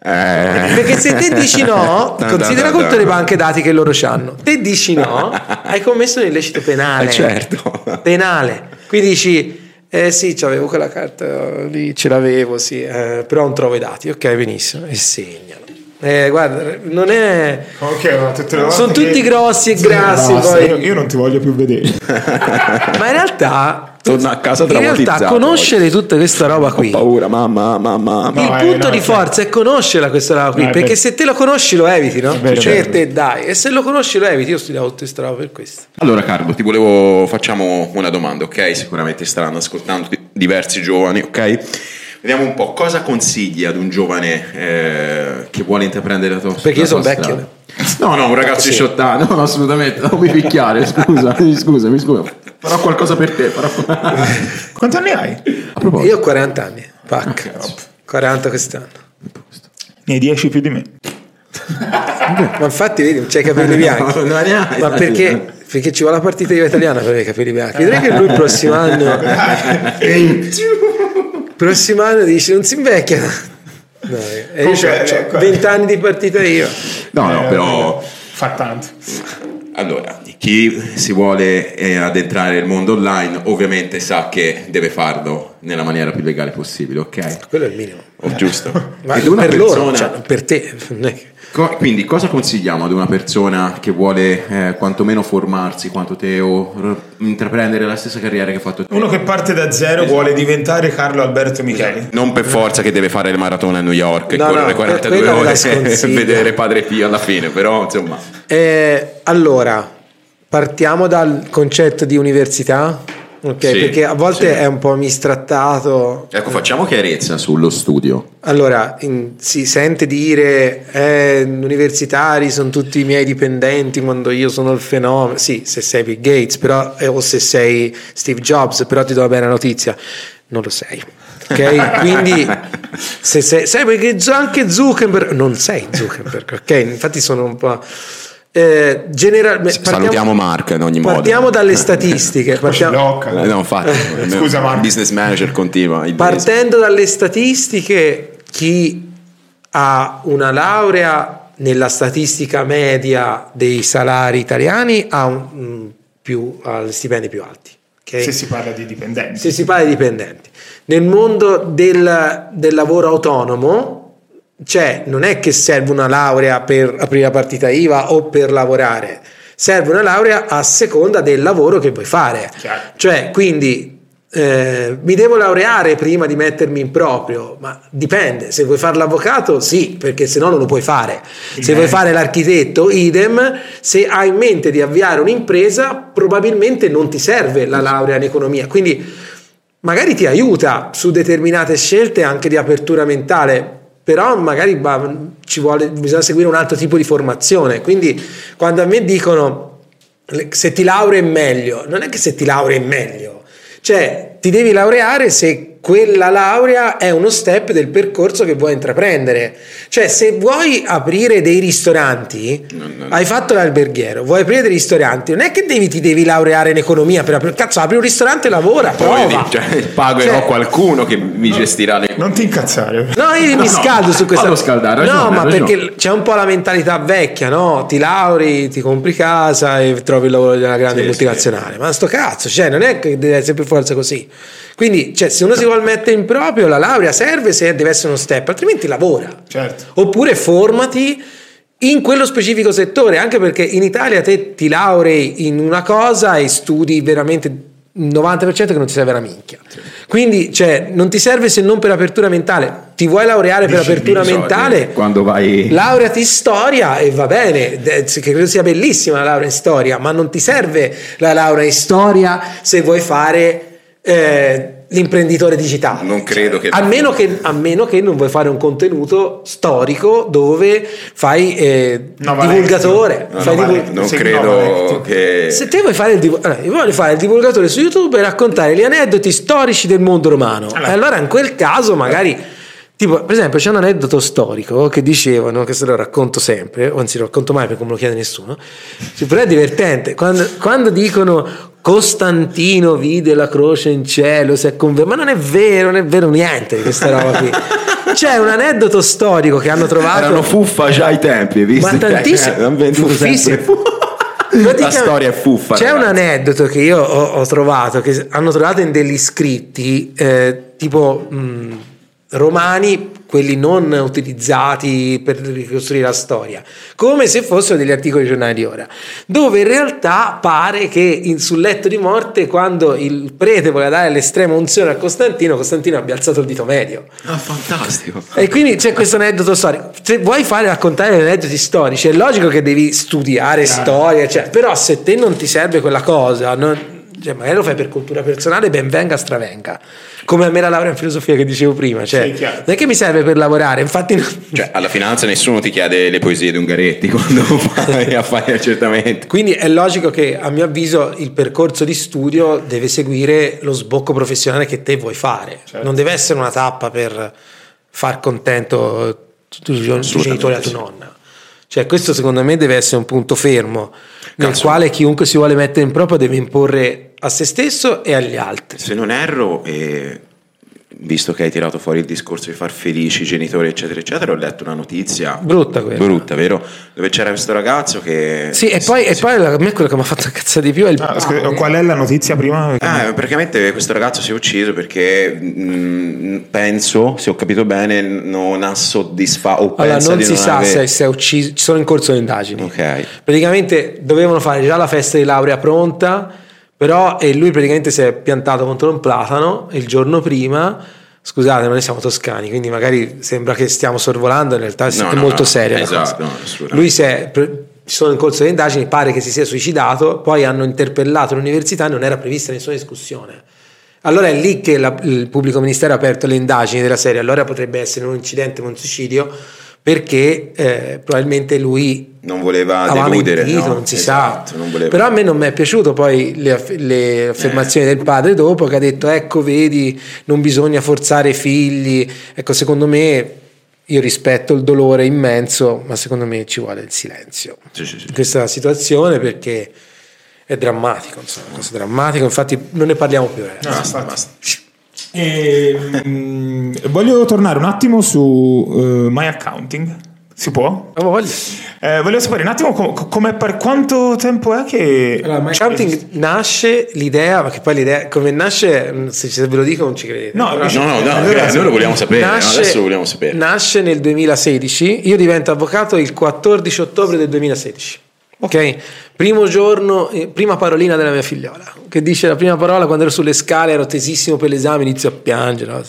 [SPEAKER 2] Eh.
[SPEAKER 3] Perché se te dici no, considera conto le banche dati che loro hanno. Te dici no, hai commesso un illecito penale.
[SPEAKER 2] Eh certo.
[SPEAKER 3] Penale. Quindi dici eh sì, c'avevo quella carta lì, ce l'avevo, sì, eh, però non trovo i dati. Ok, benissimo. E segnalo. Eh, guarda, non è.
[SPEAKER 1] Okay, ma tutte le
[SPEAKER 3] sono tutti
[SPEAKER 1] che...
[SPEAKER 3] grossi e grassi.
[SPEAKER 1] Basta,
[SPEAKER 3] poi...
[SPEAKER 1] io, io non ti voglio più vedere.
[SPEAKER 3] Ma in realtà.
[SPEAKER 2] Torna a casa
[SPEAKER 3] in realtà conoscere tutta questa roba qui,
[SPEAKER 2] ho paura, mamma, mamma, mamma.
[SPEAKER 3] il
[SPEAKER 1] no,
[SPEAKER 3] punto
[SPEAKER 1] eh, no,
[SPEAKER 3] di
[SPEAKER 1] cioè...
[SPEAKER 3] forza è conoscerla questa roba qui,
[SPEAKER 1] no,
[SPEAKER 3] perché
[SPEAKER 1] vero.
[SPEAKER 3] se te lo conosci lo eviti, no?
[SPEAKER 1] Vero,
[SPEAKER 3] Per
[SPEAKER 1] certo.
[SPEAKER 3] te dai, e se lo conosci lo eviti. Io ho studiato tutta questa roba per questo.
[SPEAKER 2] Allora Carlo, ti volevo, facciamo una domanda, ok? Sicuramente staranno ascoltando diversi giovani, ok? Vediamo un po', cosa consigli ad un giovane eh, che vuole intraprendere la tua strada?
[SPEAKER 3] Perché io sono vecchio.
[SPEAKER 2] No, no, un ragazzo di
[SPEAKER 3] Sì.
[SPEAKER 2] diciotto anni, no, no, assolutamente, non mi picchiare, scusa, scusa, mi scusa. Farò qualcosa per te, farò...
[SPEAKER 1] Quanti anni hai?
[SPEAKER 2] A proposito.
[SPEAKER 3] Io ho quaranta anni, pacca. quaranta quest'anno.
[SPEAKER 1] Ne hai dieci più di me.
[SPEAKER 3] Ma infatti vedi, non c'hai i capelli bianchi.
[SPEAKER 2] No, non ne hai,
[SPEAKER 3] Ma
[SPEAKER 2] dai.
[SPEAKER 3] perché? Perché ci vuole la partita IVA italiana per avere i capelli bianchi. Vedrai che lui il prossimo anno il prossimo anno dice non si invecchia. No, e io
[SPEAKER 1] Comunque,
[SPEAKER 3] ho venti anni di partita IVA.
[SPEAKER 2] No, no, però...
[SPEAKER 1] Fa tanto.
[SPEAKER 2] Allora, chi si vuole eh, addentrare nel mondo online ovviamente sa che deve farlo nella maniera più legale possibile, ok?
[SPEAKER 3] Quello è il minimo.
[SPEAKER 2] Oh, giusto.
[SPEAKER 3] Ma
[SPEAKER 2] Ed una
[SPEAKER 3] per loro,
[SPEAKER 2] persona-
[SPEAKER 3] cioè, non per te. Non è che-
[SPEAKER 2] Co- quindi cosa consigliamo ad una persona che vuole eh, quantomeno formarsi quanto te o r- intraprendere la stessa carriera che hai fatto te?
[SPEAKER 1] Uno che parte da zero vuole diventare Carlo Alberto Micheli.
[SPEAKER 2] Non per forza che deve fare le maratone a New York e
[SPEAKER 3] No,
[SPEAKER 2] correre
[SPEAKER 3] no,
[SPEAKER 2] quarantadue
[SPEAKER 3] quella ve la
[SPEAKER 2] ore e
[SPEAKER 3] sconsiglio.
[SPEAKER 2] vedere Padre Pio alla fine, però insomma.
[SPEAKER 3] Eh, allora, partiamo dal concetto di università. Ok,
[SPEAKER 2] Sì,
[SPEAKER 3] perché a volte
[SPEAKER 2] sì.
[SPEAKER 3] è un po' mistrattato.
[SPEAKER 2] Ecco, facciamo chiarezza sullo studio.
[SPEAKER 3] Allora, in- si sente dire eh, gli universitari sono tutti i miei dipendenti quando io sono il fenomeno. Sì, se sei Bill Gates, però, eh, o se sei Steve Jobs, però ti do una bella notizia, non lo sei. Ok, quindi se sei, sai perché anche Zuckerberg non sei Zuckerberg, ok? Infatti sono un po'. Eh, general-
[SPEAKER 2] Salutiamo Mark in ogni modo.
[SPEAKER 3] Partiamo dalle statistiche. Partiamo,
[SPEAKER 1] Blocca.
[SPEAKER 2] Eh, no, infatti,
[SPEAKER 1] Scusa, Mark.
[SPEAKER 2] business manager continua. il
[SPEAKER 3] partendo dalle statistiche, chi ha una laurea nella statistica media dei salari italiani ha un, un più, ha stipendi più alti. Okay?
[SPEAKER 1] Se si parla di dipendenti.
[SPEAKER 3] Se si parla di dipendenti. Nel mondo del, del lavoro autonomo, cioè, non è che serve una laurea per aprire la partita IVA o per lavorare, serve una laurea a seconda del lavoro che vuoi fare.
[SPEAKER 1] Chiaro.
[SPEAKER 3] Cioè, quindi eh, mi devo laureare prima di mettermi in proprio, ma dipende. Se vuoi fare l'avvocato, sì, perché se no non lo puoi fare. Se vuoi fare l'architetto, idem. Se hai in mente di avviare un'impresa, probabilmente non ti serve la laurea in economia. Quindi magari ti aiuta su determinate scelte anche di apertura mentale, però magari bah, ci vuole, bisogna seguire un altro tipo di formazione. Quindi quando a me dicono se ti laurei è meglio, non è che se ti laurei è meglio, cioè ti devi laureare se quella laurea è uno step del percorso che vuoi intraprendere. Cioè, se vuoi aprire dei ristoranti,
[SPEAKER 2] No, no, no.
[SPEAKER 3] hai fatto l'alberghiero, vuoi aprire dei ristoranti, non è che devi, ti devi laureare in economia per aprire, cazzo, apri un ristorante e lavora,
[SPEAKER 2] Poi
[SPEAKER 3] prova.
[SPEAKER 2] di- cioè, pagherò
[SPEAKER 3] Cioè-
[SPEAKER 2] qualcuno che mi gestirà le...
[SPEAKER 1] Non ti incazzare.
[SPEAKER 3] No, io mi
[SPEAKER 2] no,
[SPEAKER 3] scaldo su questa
[SPEAKER 2] fallo scaldare, hai
[SPEAKER 3] no,
[SPEAKER 2] ragione,
[SPEAKER 3] ma
[SPEAKER 2] hai ragione.
[SPEAKER 3] perché c'è un po' la mentalità vecchia, no? Ti lauri, ti compri casa e trovi il lavoro di una grande
[SPEAKER 2] Sì,
[SPEAKER 3] multinazionale. Ma sto cazzo, cioè, non è che deve essere per forza così. Quindi, cioè, se uno si vuole mettere in proprio, la laurea serve se deve essere uno step, altrimenti lavora.
[SPEAKER 1] Certo.
[SPEAKER 3] Oppure formati in quello specifico settore, anche perché in Italia te ti laurei in una cosa e studi veramente il novanta per cento che non ti serve una minchia. Quindi, cioè, non ti serve se non per apertura mentale. Ti vuoi laureare per
[SPEAKER 1] Dici,
[SPEAKER 3] apertura
[SPEAKER 2] dici,
[SPEAKER 3] mentale?
[SPEAKER 2] quando vai...
[SPEAKER 3] Laureati in storia e va bene, de- che credo sia bellissima la laurea in storia, ma non ti serve la laurea in storia se vuoi fare eh, l'imprenditore digitale.
[SPEAKER 2] Non credo che...
[SPEAKER 3] A meno che, a meno che non vuoi fare un contenuto storico dove fai eh,
[SPEAKER 1] Nova
[SPEAKER 3] divulgatore.
[SPEAKER 2] No,
[SPEAKER 3] fai
[SPEAKER 2] no,
[SPEAKER 3] divul-
[SPEAKER 2] ma non
[SPEAKER 1] Sì,
[SPEAKER 2] credo
[SPEAKER 1] no,
[SPEAKER 2] che...
[SPEAKER 3] Se te vuoi fare il, divu- allora, io voglio fare il divulgatore su YouTube e raccontare gli aneddoti storici del mondo romano,
[SPEAKER 1] Allora.
[SPEAKER 3] e allora in quel caso magari, tipo, per esempio, c'è un aneddoto storico che dicevano, che se lo racconto sempre, o anzi lo racconto mai perché non me lo chiede nessuno, sì, però è divertente, quando, quando dicono Costantino vide la croce in cielo, si è conver- ma non è vero, non è vero niente di questa roba qui. c'è un aneddoto storico che hanno trovato.
[SPEAKER 2] Erano fuffa già ai tempi, hai visto?
[SPEAKER 3] Ma tantissimo,
[SPEAKER 2] hanno venduto
[SPEAKER 3] fuffissimo.
[SPEAKER 2] La storia è fuffa.
[SPEAKER 3] C'è
[SPEAKER 2] ragazzi.
[SPEAKER 3] un aneddoto che io ho, ho trovato, che hanno trovato in degli scritti eh, tipo mh, romani, quelli non utilizzati per ricostruire la storia, come se fossero degli articoli giornali di ora, dove in realtà pare che in, sul letto di morte, quando il prete voleva dare l'estrema unzione a Costantino, Costantino abbia alzato il dito medio.
[SPEAKER 2] Ah, fantastico.
[SPEAKER 3] E quindi c'è questo aneddoto storico. Se vuoi fare raccontare aneddoti storici, è logico che devi studiare storia, cioè, però se te non ti serve quella cosa, non, cioè, magari lo fai per cultura personale, ben venga, stravenga. Come a me la laurea in filosofia che dicevo prima, cioè,
[SPEAKER 1] sì,
[SPEAKER 3] non è che mi serve per lavorare, infatti non...
[SPEAKER 2] Cioè, alla finanza nessuno ti chiede le poesie di Ungaretti quando vai a fare accertamenti.
[SPEAKER 3] Quindi è logico che, a mio avviso, il percorso di studio deve seguire lo sbocco professionale che te vuoi fare, certo. Non deve essere una tappa per far contento tutti i genitori a tua nonna. Cioè, questo secondo me deve essere un punto fermo nel
[SPEAKER 2] Cazzo.
[SPEAKER 3] quale chiunque si vuole mettere in proprio deve imporre a se stesso e agli altri.
[SPEAKER 2] Se non erro, eh, visto che hai tirato fuori il discorso di far felici i genitori eccetera eccetera, ho letto una notizia
[SPEAKER 3] brutta quella.
[SPEAKER 2] brutta, vero? Dove c'era questo ragazzo che
[SPEAKER 3] sì, e poi,
[SPEAKER 2] sì,
[SPEAKER 3] e poi a me quello che mi ha fatto incazzare di più è il
[SPEAKER 1] ah, scusa, qual è la notizia prima?
[SPEAKER 2] Ah, praticamente questo ragazzo si è ucciso perché mh, penso, se ho capito bene, non ha soddisfatto o
[SPEAKER 3] allora
[SPEAKER 2] pensa
[SPEAKER 3] non
[SPEAKER 2] di
[SPEAKER 3] si
[SPEAKER 2] non
[SPEAKER 3] sa
[SPEAKER 2] aver...
[SPEAKER 3] se si è ucciso, ci sono in corso le indagini.
[SPEAKER 2] Ok.
[SPEAKER 3] Praticamente dovevano fare già la festa di laurea pronta, però e lui praticamente si è piantato contro un platano il giorno prima. Scusate, noi siamo toscani, quindi magari sembra che stiamo sorvolando, in realtà
[SPEAKER 2] No,
[SPEAKER 3] è
[SPEAKER 2] no,
[SPEAKER 3] molto
[SPEAKER 2] no,
[SPEAKER 3] seria la
[SPEAKER 2] esatto,
[SPEAKER 3] cosa.
[SPEAKER 2] no,
[SPEAKER 3] Lui si è, ci sono in corso le indagini, pare che si sia suicidato, poi hanno interpellato l'università e non era prevista nessuna discussione. Allora è lì che la, il pubblico ministero ha aperto le indagini della serie, allora potrebbe essere un incidente o un suicidio, perché eh, probabilmente lui
[SPEAKER 2] non voleva
[SPEAKER 3] aveva
[SPEAKER 2] deludere,
[SPEAKER 3] mentito,
[SPEAKER 2] no?
[SPEAKER 3] non si
[SPEAKER 2] Esatto,
[SPEAKER 3] sa.
[SPEAKER 2] non voleva.
[SPEAKER 3] Però a me non mi è piaciuto poi le, aff- le affermazioni eh. del padre dopo, che ha detto ecco vedi non bisogna forzare i figli. Ecco, secondo me, io rispetto il dolore immenso, ma secondo me ci vuole il silenzio
[SPEAKER 2] sì, sì, sì.
[SPEAKER 3] in questa situazione, perché è drammatico, insomma, è cosa drammatico, infatti non ne parliamo più adesso.
[SPEAKER 1] No, basta, basta. E, mh, voglio tornare un attimo su uh, My Accounting. Si può?
[SPEAKER 3] Oh, voglio.
[SPEAKER 1] Eh, volevo sapere un attimo com- come per quanto tempo è che
[SPEAKER 3] allora, My Accounting nasce l'idea, ma che poi l'idea come nasce, se ve lo dico non ci credete.
[SPEAKER 1] No,
[SPEAKER 3] però,
[SPEAKER 2] no, no, no,
[SPEAKER 1] allora,
[SPEAKER 2] noi lo vogliamo sapere,
[SPEAKER 3] nasce,
[SPEAKER 2] no? Adesso lo vogliamo sapere.
[SPEAKER 3] Nasce nel duemilasedici, io divento avvocato il quattordici ottobre del duemilasedici. Ok, primo giorno, eh, prima parolina della mia figliola, che dice la prima parola quando ero sulle scale, ero tesissimo per l'esame, inizio a piangere, no?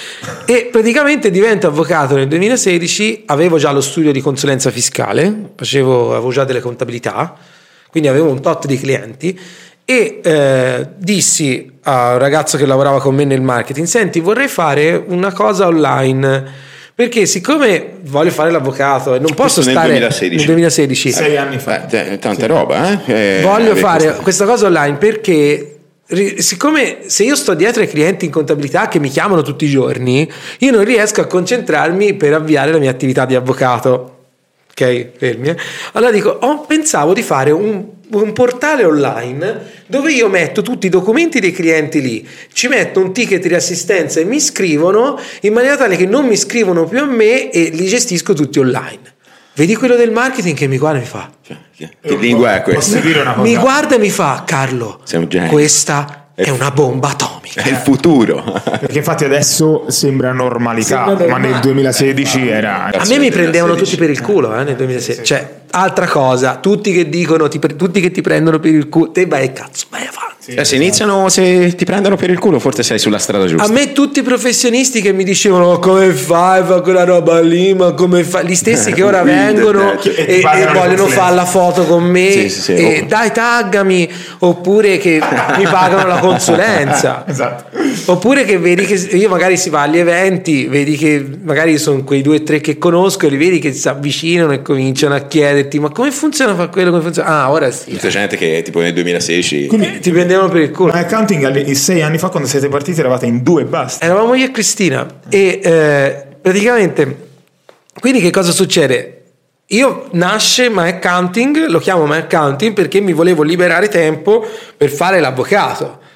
[SPEAKER 3] E praticamente divento avvocato nel duemilasedici, avevo già lo studio di consulenza fiscale, facevo, avevo già delle contabilità, quindi avevo un tot di clienti e eh, dissi a un ragazzo che lavorava con me nel marketing, senti vorrei fare una cosa online, perché siccome voglio fare l'avvocato e non posso
[SPEAKER 2] Questo nel
[SPEAKER 3] stare
[SPEAKER 2] duemilasedici.
[SPEAKER 3] nel duemilasedici
[SPEAKER 1] sei anni fa.
[SPEAKER 2] Beh, tanta sì. roba, eh? eh
[SPEAKER 3] voglio fare
[SPEAKER 2] questa...
[SPEAKER 3] questa cosa online perché siccome se io sto dietro ai clienti in contabilità che mi chiamano tutti i giorni, io non riesco a concentrarmi per avviare la mia attività di avvocato. Ok, fermi. Eh? Allora dico, oh, pensavo di fare un, un portale online dove io metto tutti i documenti dei clienti lì, ci metto un ticket di assistenza e mi scrivono in maniera tale che non mi scrivono più a me e li gestisco tutti online. Vedi quello del marketing che mi guarda e mi fa,
[SPEAKER 2] cioè, che, che lingua è questa?
[SPEAKER 1] Posso dire una cosa?
[SPEAKER 3] Mi guarda e mi fa, Carlo,
[SPEAKER 2] sei un genio.
[SPEAKER 3] Questa è una bomba atomica.
[SPEAKER 2] È il futuro.
[SPEAKER 1] Perché infatti adesso sembra normalità,
[SPEAKER 3] Sembra
[SPEAKER 1] ma nel duemilasedici era...
[SPEAKER 3] A me mi prendevano tutti per il culo eh, nel duemilasedici. Cioè, altra cosa, tutti che dicono, ti pre- tutti che ti prendono per il culo, te vai cazzo, vai avanti.
[SPEAKER 2] Eh, se iniziano, se ti prendono per il culo, forse sei sulla strada giusta.
[SPEAKER 3] A me tutti i professionisti che mi dicevano oh, come fai a fare quella roba lì, ma come fai, gli stessi che ora vengono
[SPEAKER 1] e,
[SPEAKER 3] e, e vogliono fare la foto con me
[SPEAKER 2] sì, sì, sì.
[SPEAKER 3] e
[SPEAKER 2] Oh.
[SPEAKER 3] dai taggami, oppure che mi pagano la consulenza.
[SPEAKER 1] Esatto.
[SPEAKER 3] Oppure che vedi che io magari si va agli eventi, vedi che magari sono quei due o tre che conosco e li vedi che si avvicinano e cominciano a chiederti ma come funziona fa quello, come funziona? Ah, ora sì.
[SPEAKER 2] Tutta gente che tipo nel duemilasedici
[SPEAKER 1] Quindi
[SPEAKER 3] Ti prendevano per il culo.
[SPEAKER 1] My Accounting sei anni fa quando siete partiti eravate in due e basta.
[SPEAKER 3] Eravamo io e Cristina e eh, praticamente quindi che cosa succede? Io nasce My Accounting, lo chiamo My Accounting perché mi volevo liberare tempo per fare l'avvocato.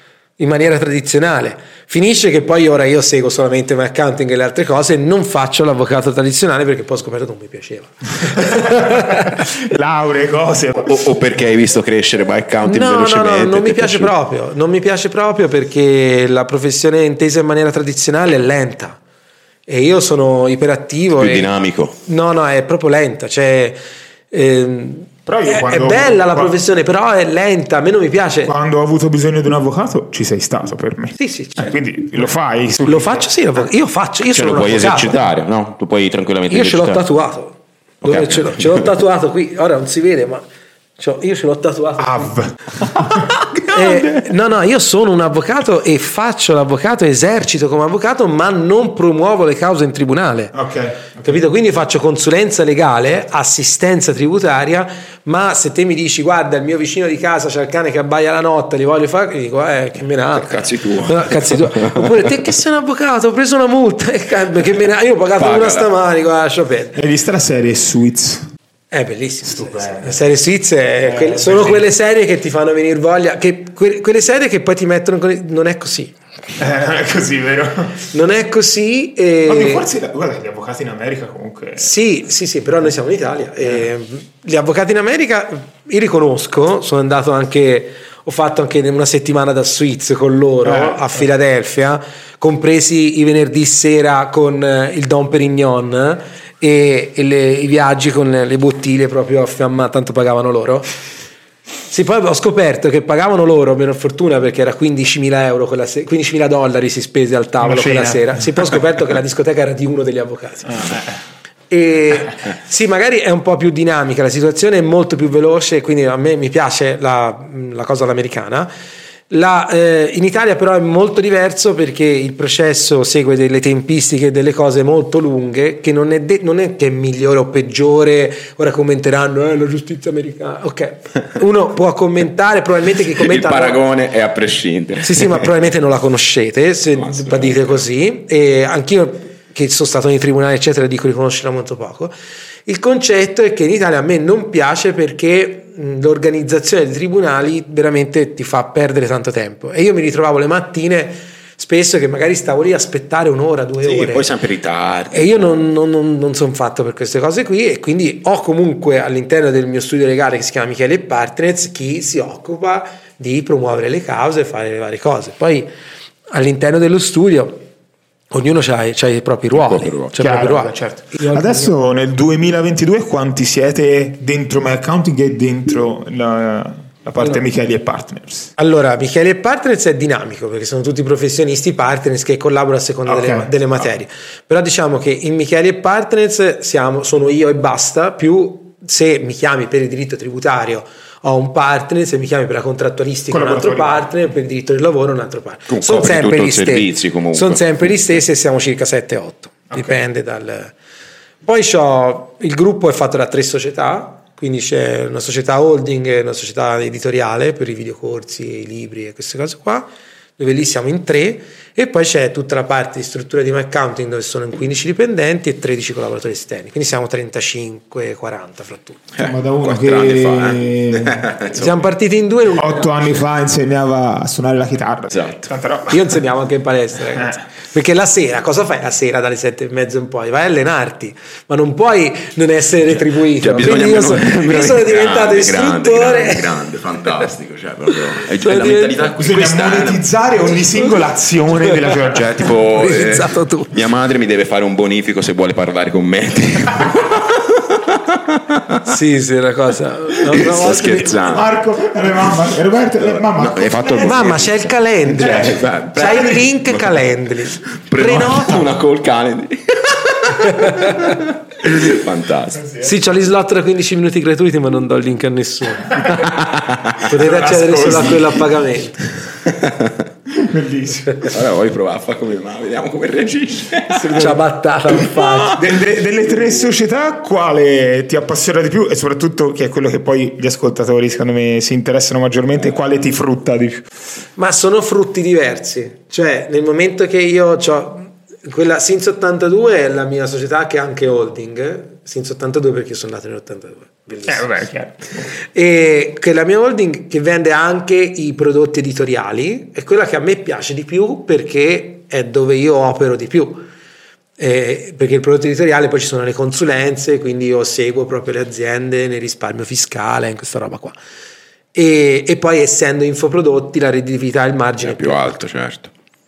[SPEAKER 3] in maniera tradizionale. Finisce che poi ora io seguo solamente my accounting e le altre cose, non faccio l'avvocato tradizionale perché poi ho scoperto che non mi piaceva.
[SPEAKER 1] Lauree, cose.
[SPEAKER 2] O, o perché hai visto crescere my accounting
[SPEAKER 3] no,
[SPEAKER 2] velocemente?
[SPEAKER 3] No, no, non mi piace
[SPEAKER 2] piaciuto?
[SPEAKER 3] proprio, non mi piace proprio perché la professione intesa in maniera tradizionale è lenta e io sono iperattivo.
[SPEAKER 2] Più
[SPEAKER 3] e...
[SPEAKER 2] dinamico.
[SPEAKER 3] No, no, è proprio lenta, cioè... Ehm...
[SPEAKER 1] Però io
[SPEAKER 3] è,
[SPEAKER 1] quando,
[SPEAKER 3] è bella la
[SPEAKER 1] quando,
[SPEAKER 3] professione, però è lenta, a me non mi piace.
[SPEAKER 1] Quando ho avuto bisogno di un avvocato ci sei stato per me.
[SPEAKER 3] Sì, sì, certo.
[SPEAKER 1] Eh, quindi lo fai? Su...
[SPEAKER 3] Lo faccio, sì, io faccio, io
[SPEAKER 2] Ce
[SPEAKER 3] sono
[SPEAKER 2] lo
[SPEAKER 3] un
[SPEAKER 2] puoi
[SPEAKER 3] avvocato.
[SPEAKER 2] esercitare, no? Tu puoi tranquillamente
[SPEAKER 3] Io ce
[SPEAKER 2] esercitare.
[SPEAKER 3] l'ho tatuato.
[SPEAKER 2] Okay.
[SPEAKER 3] Dove ce, l'ho, ce l'ho tatuato qui, ora non si vede, ma io ce l'ho tatuato.
[SPEAKER 1] Av.
[SPEAKER 3] Eh, no, no, io sono un avvocato e faccio l'avvocato, esercito come avvocato, ma non promuovo le cause in tribunale.
[SPEAKER 1] Ok.
[SPEAKER 3] Capito? Quindi faccio consulenza legale, assistenza tributaria, ma se te mi dici guarda il mio vicino di casa c'ha il cane che abbaia la notte, li voglio fare, gli dico eh che me ne ha.
[SPEAKER 2] Cazzi tuo.
[SPEAKER 3] No, cazzi tuo. Oppure te che sei un avvocato, ho preso una multa, che me ne ha. Io ho pagato
[SPEAKER 2] Pagala.
[SPEAKER 3] una stamani, guarda, lascia perdere.
[SPEAKER 1] Hai visto la serie Suits?
[SPEAKER 3] È bellissimo. Le serie svizzere eh, sono quelle serie che ti fanno venire voglia, che, que, quelle serie che poi ti mettono. Non è così.
[SPEAKER 1] Eh, non è così, vero?
[SPEAKER 3] Non è così. E...
[SPEAKER 1] Ma forse, guarda, gli avvocati in America comunque.
[SPEAKER 3] Sì, sì, sì, però noi siamo in Italia. E gli avvocati in America, io riconosco, sono andato anche. Ho fatto anche una settimana da Suits con loro
[SPEAKER 1] eh,
[SPEAKER 3] a Filadelfia, compresi i venerdì sera con il Dom Perignon. E, e le, i viaggi con le bottiglie proprio a fiamma, tanto pagavano loro. Sì, poi ho scoperto che pagavano loro, meno fortuna, perché era quindicimila euro quella se- quindicimila dollari si spese al tavolo quella sera. Sì, poi ho scoperto che la discoteca era di uno degli avvocati. E sì, magari è un po' più dinamica la situazione, è molto più veloce, quindi a me mi piace la, la cosa all'americana. La, eh, in Italia però è molto diverso perché il processo segue delle tempistiche, delle cose molto lunghe, che non è, de- non è che è migliore o peggiore. Ora commenteranno eh, la giustizia americana, ok, uno può commentare, probabilmente chi commenta
[SPEAKER 2] il paragone è a prescindere.
[SPEAKER 3] sì sì, ma probabilmente non la conoscete se dite così, e anch'io che sono stato nei tribunali eccetera dico di conoscerla molto poco. Il concetto è che in Italia a me non piace perché l'organizzazione dei tribunali veramente ti fa perdere tanto tempo, e io mi ritrovavo le mattine spesso che magari stavo lì a aspettare un'ora, due
[SPEAKER 2] sì,
[SPEAKER 3] ore,
[SPEAKER 2] poi sempre ritardi,
[SPEAKER 3] e io non, non, non, non sono fatto per queste cose qui, e quindi ho comunque all'interno del mio studio legale che si chiama Michele e Partners chi si occupa di promuovere le cause e fare le varie cose. Poi all'interno dello studio ognuno ha i propri ruoli,
[SPEAKER 1] Chiaro,
[SPEAKER 3] i propri ruoli.
[SPEAKER 1] Certo. Adesso nel duemilaventidue quanti siete dentro My Accounting e dentro la, la parte no. Michele e Partners?
[SPEAKER 3] Allora, Michele e Partners è dinamico perché sono tutti professionisti partners che collaborano a seconda okay. delle, delle materie. Okay. Però diciamo che in Michele e Partners siamo, sono io e basta, più se mi chiami per il diritto tributario ho un partner, se mi chiami per la contrattualistica un altro partner, per il diritto del lavoro un altro partner. Sono sempre, gli stessi, sono sempre gli stessi e siamo circa sette otto, okay. Dipende dal... Poi c'ho, il gruppo è fatto da tre società, quindi c'è una società holding e una società editoriale per i videocorsi, i libri e queste cose qua, dove lì siamo in tre, e poi c'è tutta la parte di struttura di My Accounting dove sono in quindici dipendenti e tredici collaboratori esterni, quindi siamo trentacinque quaranta fra tutti.
[SPEAKER 1] Eh, ma da uno che anni fa, eh.
[SPEAKER 3] siamo partiti in due,
[SPEAKER 1] otto anni fa insegnava a suonare la chitarra,
[SPEAKER 2] esatto.
[SPEAKER 3] Io insegnavo anche in palestra, ragazzi. Eh. Perché la sera, cosa fai la sera dalle sette e mezza in poi? Vai a allenarti, ma non puoi non essere retribuito.
[SPEAKER 2] Cioè,
[SPEAKER 3] quindi io, so, io sono diventato
[SPEAKER 2] grande,
[SPEAKER 3] istruttore
[SPEAKER 2] grande, grande, grande, fantastico, cioè proprio è
[SPEAKER 3] cioè,
[SPEAKER 2] la mentalità qui
[SPEAKER 1] bisogna monetizzare ogni singola azione della giornata.
[SPEAKER 2] Cioè, tipo eh,
[SPEAKER 3] tu.
[SPEAKER 2] mia madre mi deve fare un bonifico se vuole parlare con me.
[SPEAKER 3] Sì, sì, una cosa.
[SPEAKER 2] Sto scherzando.
[SPEAKER 1] Marco, eh, mamma, Roberto, eh, mamma,
[SPEAKER 2] no, hai fatto il
[SPEAKER 3] mamma, c'è il Calendly. Cioè, c'hai il link Calendly.
[SPEAKER 2] Prenota una call Calendly. Fantastico.
[SPEAKER 3] Sì, c'ho gli slot da quindici minuti gratuiti, ma non do il link a nessuno. Potete accedere solo a quello a pagamento.
[SPEAKER 1] Bellissimo.
[SPEAKER 2] Allora vuoi provare a fare come ma vediamo come reagisce.
[SPEAKER 3] C'ha battata in faccia.
[SPEAKER 1] De, de, delle tre società quale ti appassiona di più, e soprattutto che è quello che poi gli ascoltatori secondo me si interessano maggiormente, quale ti frutta di più?
[SPEAKER 3] Ma sono frutti diversi, cioè nel momento che io c'ho quella Sins ottantadue è la mia società che è anche holding, senza ottantadue perché sono nato nell'ottantadue. Bellissimo.
[SPEAKER 1] Eh, vabbè, chiaro.
[SPEAKER 3] E che la mia holding che vende anche i prodotti editoriali è quella che a me piace di più perché è dove io opero di più. Eh, perché il prodotto editoriale poi ci sono le consulenze, quindi io seguo proprio le aziende nel risparmio fiscale, in questa roba qua. E, e poi essendo infoprodotti la redditività e il margine
[SPEAKER 2] è più alto, certo.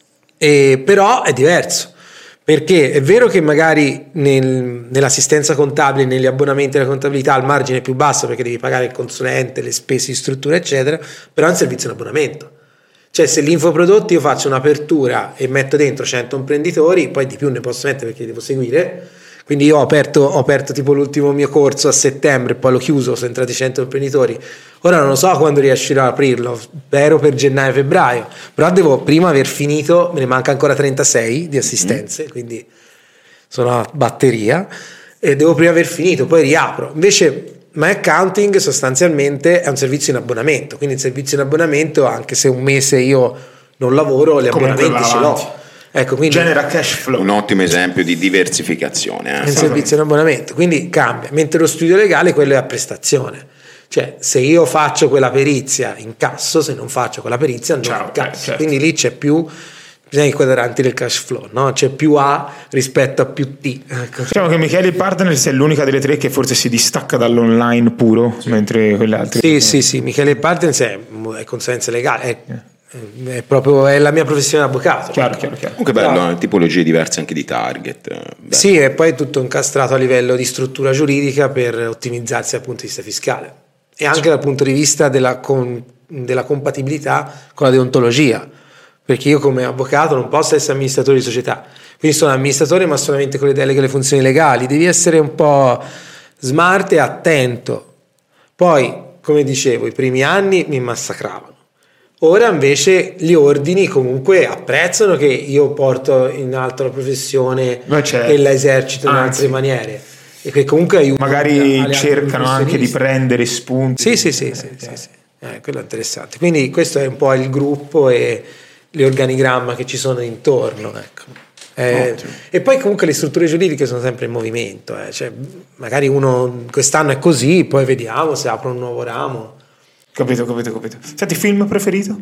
[SPEAKER 3] E, però è diverso. Perché è vero che magari nel, nell'assistenza contabile, negli abbonamenti alla contabilità il margine è più basso perché devi pagare il consulente, le spese di struttura eccetera, però è un servizio in abbonamento. Cioè se l'infoprodotti io faccio un'apertura e metto dentro cento imprenditori, poi di più ne posso mettere perché li devo seguire, quindi io ho aperto, ho aperto tipo l'ultimo mio corso a settembre, poi l'ho chiuso, sono entrati cento imprenditori, ora non lo so quando riuscirò ad aprirlo, spero per gennaio-febbraio, però devo prima aver finito, me ne manca ancora trentasei di assistenze, mm. quindi sono a batteria, e devo prima aver finito, poi riapro. Invece My Accounting sostanzialmente è un servizio in abbonamento, quindi il servizio in abbonamento, anche se un mese io non lavoro, gli
[SPEAKER 1] comunque
[SPEAKER 3] abbonamenti ce l'ho. Ecco, quindi
[SPEAKER 1] genera cash flow.
[SPEAKER 2] Un ottimo esempio di diversificazione. Eh.
[SPEAKER 3] È un servizio in abbonamento, quindi cambia. Mentre lo studio legale quello è a prestazione. Cioè, se io faccio quella perizia incasso, se non faccio quella perizia non
[SPEAKER 1] Ciao,
[SPEAKER 3] incasso.
[SPEAKER 1] eh, certo.
[SPEAKER 3] Quindi lì c'è più, bisogna i quadranti del cash flow, no? C'è più A rispetto a più T. Ecco.
[SPEAKER 1] Diciamo che Michele Partners è l'unica delle tre che forse si distacca dall'online puro, sì. mentre quelle altre.
[SPEAKER 3] Sì, sì, sì. Michele Partners è, è consulenza legale. È, yeah. È proprio è la mia professione di avvocato.
[SPEAKER 1] Chiaro, chiaro, chiaro.
[SPEAKER 2] Comunque bello, no. tipologie diverse anche di target. Bello.
[SPEAKER 3] Sì, e poi è tutto incastrato a livello di struttura giuridica per ottimizzarsi dal punto di vista fiscale e anche dal punto di vista della, con, della compatibilità con la deontologia, perché io come avvocato non posso essere amministratore di società, quindi sono amministratore ma solamente con le deleghe e le funzioni legali, devi essere un po' smart e attento. Poi, come dicevo, i primi anni mi massacravano. Ora invece gli ordini comunque apprezzano che io porto in alto la professione e la esercito in altre maniere e che comunque aiuta.
[SPEAKER 1] Magari cercano anche di prendere spunti.
[SPEAKER 3] Sì, sì, sì, sì, sì, sì. Eh, quello è interessante. Quindi questo è un po' il gruppo e l'organigramma che ci sono intorno, ecco. Eh, e poi comunque le strutture giuridiche sono sempre in movimento, eh. Cioè, magari uno quest'anno è così, poi vediamo se apro un nuovo ramo.
[SPEAKER 1] Capito, capito, capito. Senti, film preferito?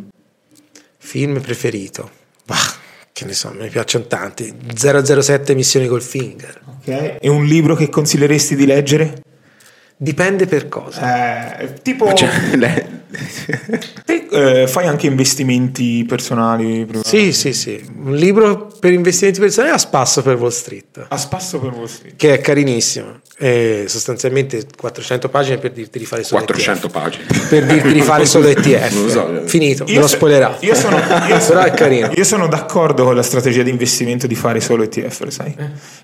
[SPEAKER 3] Film preferito? Bah, che ne so, mi piacciono tanti. zero zero sette Missione Goldfinger.
[SPEAKER 1] Ok. E un libro che consiglieresti di leggere?
[SPEAKER 3] Dipende per cosa.
[SPEAKER 1] Eh, tipo... Cioè, te, eh, fai anche investimenti personali? Privati?
[SPEAKER 3] Sì, sì, sì. Un libro per investimenti personali a spasso per Wall Street.
[SPEAKER 1] A spasso per Wall Street.
[SPEAKER 3] Che è carinissimo. E sostanzialmente quattrocento pagine per dirti di fare solo
[SPEAKER 2] quattrocento
[SPEAKER 3] E T F.
[SPEAKER 2] pagine.
[SPEAKER 3] Per dirti di fare solo E T F.
[SPEAKER 2] Non lo so.
[SPEAKER 3] Finito,
[SPEAKER 1] io
[SPEAKER 3] me l'ho
[SPEAKER 1] so,
[SPEAKER 3] spoilerato.
[SPEAKER 1] Io sono, io sono,
[SPEAKER 3] però è carino.
[SPEAKER 1] Io sono d'accordo con la strategia di investimento di fare solo E T F, lo sai?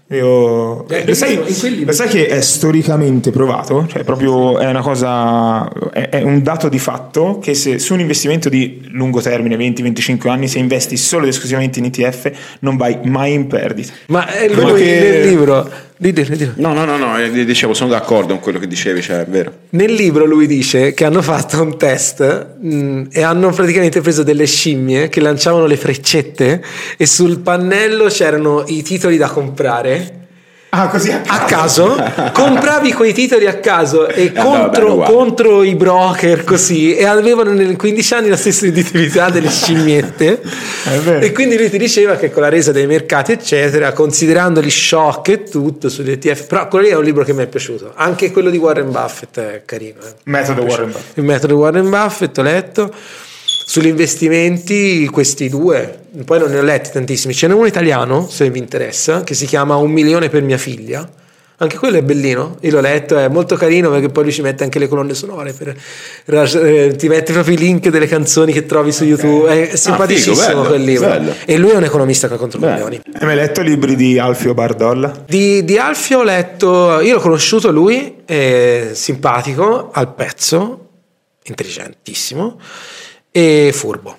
[SPEAKER 1] Io,
[SPEAKER 3] eh,
[SPEAKER 1] lo, sai lo sai che è storicamente provato? Cioè proprio è una cosa, è, è un dato di fatto che se su un investimento di lungo termine, venti venticinque anni, se investi solo ed esclusivamente in E T F non vai mai in perdita.
[SPEAKER 3] Ma è lui che... nel libro...
[SPEAKER 2] No, no, no, no, dicevo, sono d'accordo con quello che dicevi, cioè è vero.
[SPEAKER 3] Nel libro lui dice che hanno fatto un test mh, e hanno praticamente preso delle scimmie che lanciavano le freccette e sul pannello c'erano i titoli da comprare.
[SPEAKER 1] Ah, così a
[SPEAKER 3] caso, a caso compravi quei titoli a caso e contro,
[SPEAKER 2] vabbè,
[SPEAKER 3] contro i broker così, e avevano nel quindici anni la stessa redditività delle scimmiette. E quindi lui ti diceva che con la resa dei mercati eccetera, considerando gli shock e tutto sull'E T F, però quello lì è un libro che mi è piaciuto, anche quello di Warren Buffett è carino, eh.
[SPEAKER 1] Metodo Warren Buffett.
[SPEAKER 3] Il metodo Warren Buffett ho letto. Sugli investimenti questi due, poi non ne ho letti tantissimi, ce n'è uno italiano se vi interessa che si chiama Un milione per mia figlia, anche quello è bellino, io l'ho letto, è molto carino perché poi lui ci mette anche le colonne sonore per, eh, ti mette proprio i link delle canzoni che trovi su YouTube, è simpaticissimo. Ah, figo, bello, quel libro bello. E lui è un economista che contro milioni.
[SPEAKER 1] Hai mai letto libri di Alfio Bardolla?
[SPEAKER 3] Di, di Alfio ho letto, io l'ho conosciuto lui, è simpatico, al pezzo, intelligentissimo e furbo,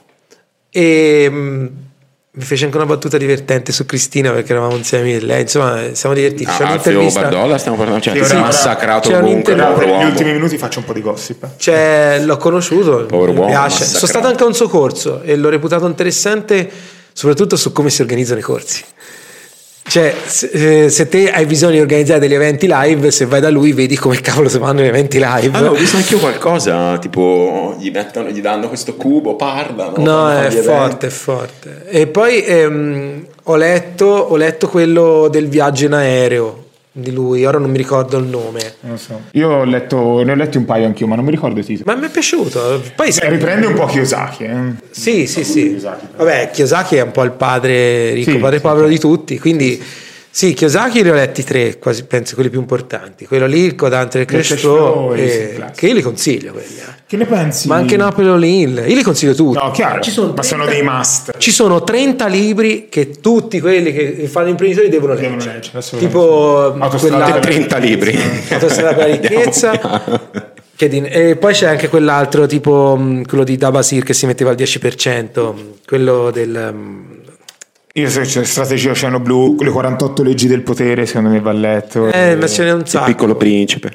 [SPEAKER 3] e mh, mi fece anche una battuta divertente su Cristina perché eravamo insieme e lei, insomma siamo divertiti.
[SPEAKER 2] Ah, Alfio Bardolla stiamo parlando, cioè,
[SPEAKER 1] sì,
[SPEAKER 2] si è massacrato
[SPEAKER 1] comunque. Per gli ultimi minuti faccio un po' di gossip.
[SPEAKER 3] Cioè, l'ho conosciuto,
[SPEAKER 2] Povero
[SPEAKER 3] mi piace, sono stato anche a un suo corso e l'ho reputato interessante soprattutto su come si organizzano i corsi. Cioè, se, se te hai bisogno di organizzare degli eventi live, se vai da lui vedi come cavolo si fanno gli eventi live.
[SPEAKER 2] Ah, no, ho visto anche io qualcosa, tipo gli mettono, gli danno questo cubo, parlano.
[SPEAKER 3] No, è forte, è forte. E poi ehm, ho letto, ho letto quello del viaggio in aereo di lui, ora non mi ricordo il nome.
[SPEAKER 1] Non so. Io ho letto, ne ho letti un paio anch'io, ma non mi ricordo i titoli.
[SPEAKER 3] Ma mi è piaciuto. Poi
[SPEAKER 1] Beh, riprende un po' Kiyosaki. Eh.
[SPEAKER 3] Sì, sì, sì.
[SPEAKER 1] Kiyosaki.
[SPEAKER 3] Vabbè, Kiyosaki è un po' il padre ricco,
[SPEAKER 1] Sì,
[SPEAKER 3] padre
[SPEAKER 1] sì,
[SPEAKER 3] povero
[SPEAKER 1] sì.
[SPEAKER 3] di tutti, quindi sì, Kiyosaki li ho letti tre, quasi penso quelli più importanti. Quello lì, il Codante del Crash
[SPEAKER 1] Crash
[SPEAKER 3] Flow,
[SPEAKER 1] Flow,
[SPEAKER 3] e-
[SPEAKER 1] sì,
[SPEAKER 3] che io li consiglio quelli. eh.
[SPEAKER 1] Che ne pensi?
[SPEAKER 3] Ma anche Napoleon Hill, io li consiglio tutti.
[SPEAKER 1] No, chiaro,
[SPEAKER 3] Ci sono
[SPEAKER 1] ma sono
[SPEAKER 3] trenta
[SPEAKER 1] dei must.
[SPEAKER 3] Ci sono trenta libri che tutti quelli che fanno imprenditori devono leggere.
[SPEAKER 1] Devono leggere, assolutamente.
[SPEAKER 3] Tipo
[SPEAKER 1] Autostrada
[SPEAKER 3] quella-
[SPEAKER 2] trenta libri.
[SPEAKER 3] Autostrada per la ricchezza. Che di- e poi c'è anche quell'altro tipo mh, quello di Dabasir che si metteva al dieci per cento, mh, quello del mh,
[SPEAKER 1] Io so c'è Strategia Oceano Blu, le quarantotto leggi del potere, secondo me va letto.
[SPEAKER 3] eh, ma ce n'è un
[SPEAKER 2] Il
[SPEAKER 3] sacco.
[SPEAKER 2] piccolo principe.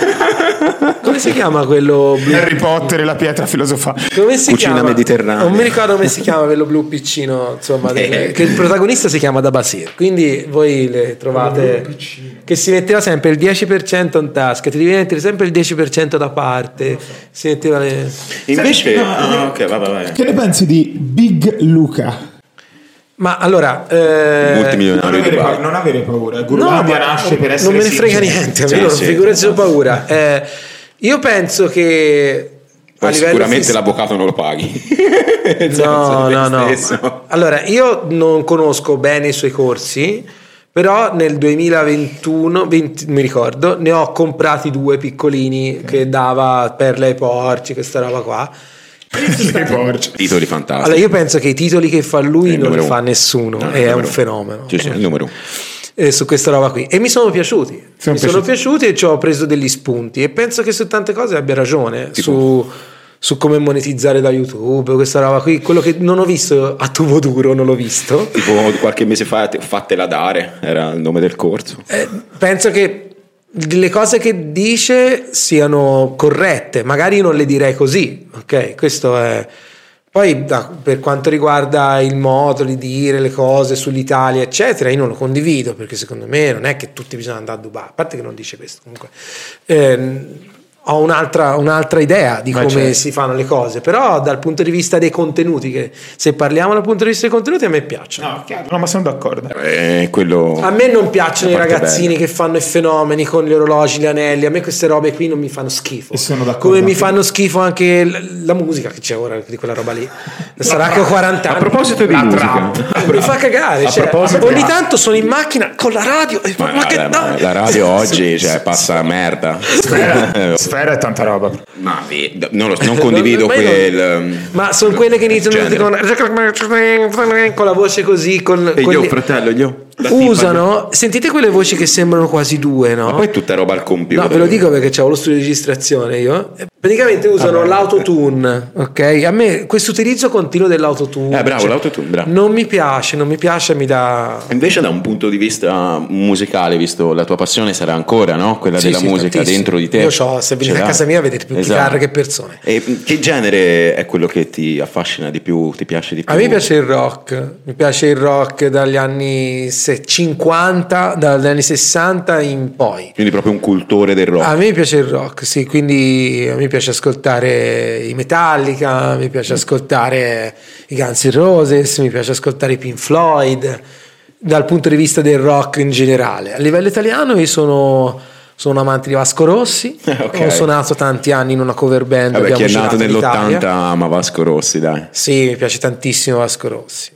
[SPEAKER 3] Come si chiama quello blu?
[SPEAKER 1] Harry Potter e la pietra filosofale.
[SPEAKER 3] Come si
[SPEAKER 2] Cucina
[SPEAKER 3] chiama?
[SPEAKER 2] mediterranea.
[SPEAKER 3] Non mi ricordo come si chiama quello blu piccino, insomma, del- che il protagonista si chiama Dabasir. Quindi voi le trovate che si metteva sempre il dieci per cento in tasca, ti devi mettere sempre il dieci per cento da parte. Si metteva le...
[SPEAKER 2] Invece,
[SPEAKER 1] No,
[SPEAKER 2] ah, ok, vai, vai, vai.
[SPEAKER 1] Che ne pensi di Big Luca?
[SPEAKER 3] Ma allora eh,
[SPEAKER 1] Non
[SPEAKER 2] Multimilionario di
[SPEAKER 1] avere,
[SPEAKER 2] Dubai.
[SPEAKER 1] pa- non avere paura,
[SPEAKER 3] no,
[SPEAKER 1] Gurulandia
[SPEAKER 3] ma
[SPEAKER 1] nasce per essere
[SPEAKER 3] non me ne frega
[SPEAKER 1] sincero.
[SPEAKER 3] niente,
[SPEAKER 2] Sì,
[SPEAKER 3] io
[SPEAKER 2] sì.
[SPEAKER 3] figurati ho paura. Eh, io penso che a
[SPEAKER 2] Poi
[SPEAKER 3] livello
[SPEAKER 2] sicuramente
[SPEAKER 3] fis-
[SPEAKER 2] l'avvocato non lo paghi. Nel senso,
[SPEAKER 3] No,
[SPEAKER 2] te
[SPEAKER 3] no, no.
[SPEAKER 2] stesso.
[SPEAKER 3] Allora, io non conosco bene i suoi corsi, però nel duemilaventuno, venti, mi ricordo, ne ho comprati due piccolini che dava Perle ai porci, questa roba qua.
[SPEAKER 1] Dei porci.
[SPEAKER 2] Titoli fantastici.
[SPEAKER 3] Allora, io penso che i titoli che fa lui
[SPEAKER 2] Il
[SPEAKER 3] non li
[SPEAKER 2] numero
[SPEAKER 3] fa
[SPEAKER 2] uno.
[SPEAKER 3] nessuno,
[SPEAKER 2] No, il
[SPEAKER 3] e è
[SPEAKER 2] numero
[SPEAKER 3] un
[SPEAKER 2] uno.
[SPEAKER 3] fenomeno.
[SPEAKER 2] Sì, sì, il numero uno.
[SPEAKER 3] Eh, su questa roba qui, e mi sono piaciuti.
[SPEAKER 1] Sono
[SPEAKER 3] mi sono piaciuti e ci ho preso degli spunti, e penso che su tante cose abbia ragione.
[SPEAKER 2] Tipo?
[SPEAKER 3] Su, su come monetizzare da YouTube, questa roba qui, quello che non ho visto a tubo duro, non l'ho visto.
[SPEAKER 2] Tipo qualche mese fa, te- Fatela dare, era il nome del corso.
[SPEAKER 3] Eh, penso che le cose che dice siano corrette, magari io non le direi così, ok? Questo è. Poi da- per quanto riguarda il modo di dire le cose sull'Italia, eccetera, io non lo condivido, perché secondo me non è che tutti bisogna andare a Dubai, a parte che non dice questo comunque. Ehm, ho un'altra, un'altra idea di
[SPEAKER 1] Ma
[SPEAKER 3] come
[SPEAKER 1] certo.
[SPEAKER 3] si fanno le cose, però dal punto di vista dei contenuti, che se parliamo dal punto di vista dei contenuti a me piacciono.
[SPEAKER 1] No, chiaro, no, ma sono d'accordo.
[SPEAKER 2] Eh, quello...
[SPEAKER 3] A me non piacciono i
[SPEAKER 2] La parte
[SPEAKER 3] ragazzini
[SPEAKER 2] bella.
[SPEAKER 3] che fanno i fenomeni con gli orologi, gli anelli. A me queste robe qui non mi fanno schifo.
[SPEAKER 1] E sono d'accordo
[SPEAKER 3] Come mi
[SPEAKER 1] anche
[SPEAKER 3] fanno schifo anche l- la musica che c'è ora di quella roba lì. Sarà che ho quaranta anni.
[SPEAKER 2] A proposito di
[SPEAKER 1] La
[SPEAKER 2] musica,
[SPEAKER 1] trap.
[SPEAKER 3] mi fa cagare.
[SPEAKER 2] A
[SPEAKER 3] Cioè,
[SPEAKER 2] proposito-
[SPEAKER 3] ogni tanto sono in macchina con la radio. E
[SPEAKER 2] Ma,
[SPEAKER 3] ma che
[SPEAKER 2] vabbè, ma
[SPEAKER 3] dai?
[SPEAKER 2] la radio oggi cioè, passa merda.
[SPEAKER 1] Sfera, Sfera è tanta roba.
[SPEAKER 2] Ma ve- non, lo- non condivido
[SPEAKER 3] Ma io non-
[SPEAKER 2] quel.
[SPEAKER 3] Ma sono quelle che iniziano tutti con, con la voce così. Con
[SPEAKER 2] E
[SPEAKER 3] quelli-
[SPEAKER 2] io, fratello, io. La tipa-
[SPEAKER 3] usano, sentite quelle voci che sembrano quasi due, no?
[SPEAKER 2] Ma poi è tutta roba al computer.
[SPEAKER 3] No, ve lo dico perché c'avevo lo studio di registrazione io. Praticamente usano
[SPEAKER 1] Vabbè.
[SPEAKER 3] l'autotune, ok? A me questo utilizzo continuo dell'autotune.
[SPEAKER 2] Eh, bravo,
[SPEAKER 3] cioè,
[SPEAKER 2] l'autotune, bravo.
[SPEAKER 3] Non mi piace, non mi piace, mi dà.
[SPEAKER 2] Invece da un punto di vista musicale, visto la tua passione sarà ancora, no? Quella
[SPEAKER 3] Sì,
[SPEAKER 2] della
[SPEAKER 3] sì,
[SPEAKER 2] musica
[SPEAKER 3] tantissimo.
[SPEAKER 2] dentro di te.
[SPEAKER 3] Io c'ho, se venite
[SPEAKER 2] Ce
[SPEAKER 3] a
[SPEAKER 2] l'hai?
[SPEAKER 3] casa mia vedete più
[SPEAKER 2] Esatto.
[SPEAKER 3] chitarre che persone.
[SPEAKER 2] E che genere è quello che ti affascina di più, ti piace di più?
[SPEAKER 3] A me piace il rock, mi piace il rock dagli anni se- cinquanta, dagli anni sessanta in poi.
[SPEAKER 2] Quindi proprio un cultore del rock.
[SPEAKER 3] A me piace il rock, sì, quindi a me piace ascoltare i Metallica, mi piace ascoltare i Guns N' Roses, mi piace ascoltare i Pink Floyd, dal punto di vista del rock in generale. A livello italiano io sono, sono un amante di Vasco Rossi,
[SPEAKER 2] Ok.
[SPEAKER 3] ho suonato tanti anni in una cover band.
[SPEAKER 2] Vabbè,
[SPEAKER 3] abbiamo
[SPEAKER 2] chi è nato
[SPEAKER 3] girato l'Italia.
[SPEAKER 2] nell'ottanta ama Vasco Rossi, dai.
[SPEAKER 3] Sì, mi piace tantissimo Vasco Rossi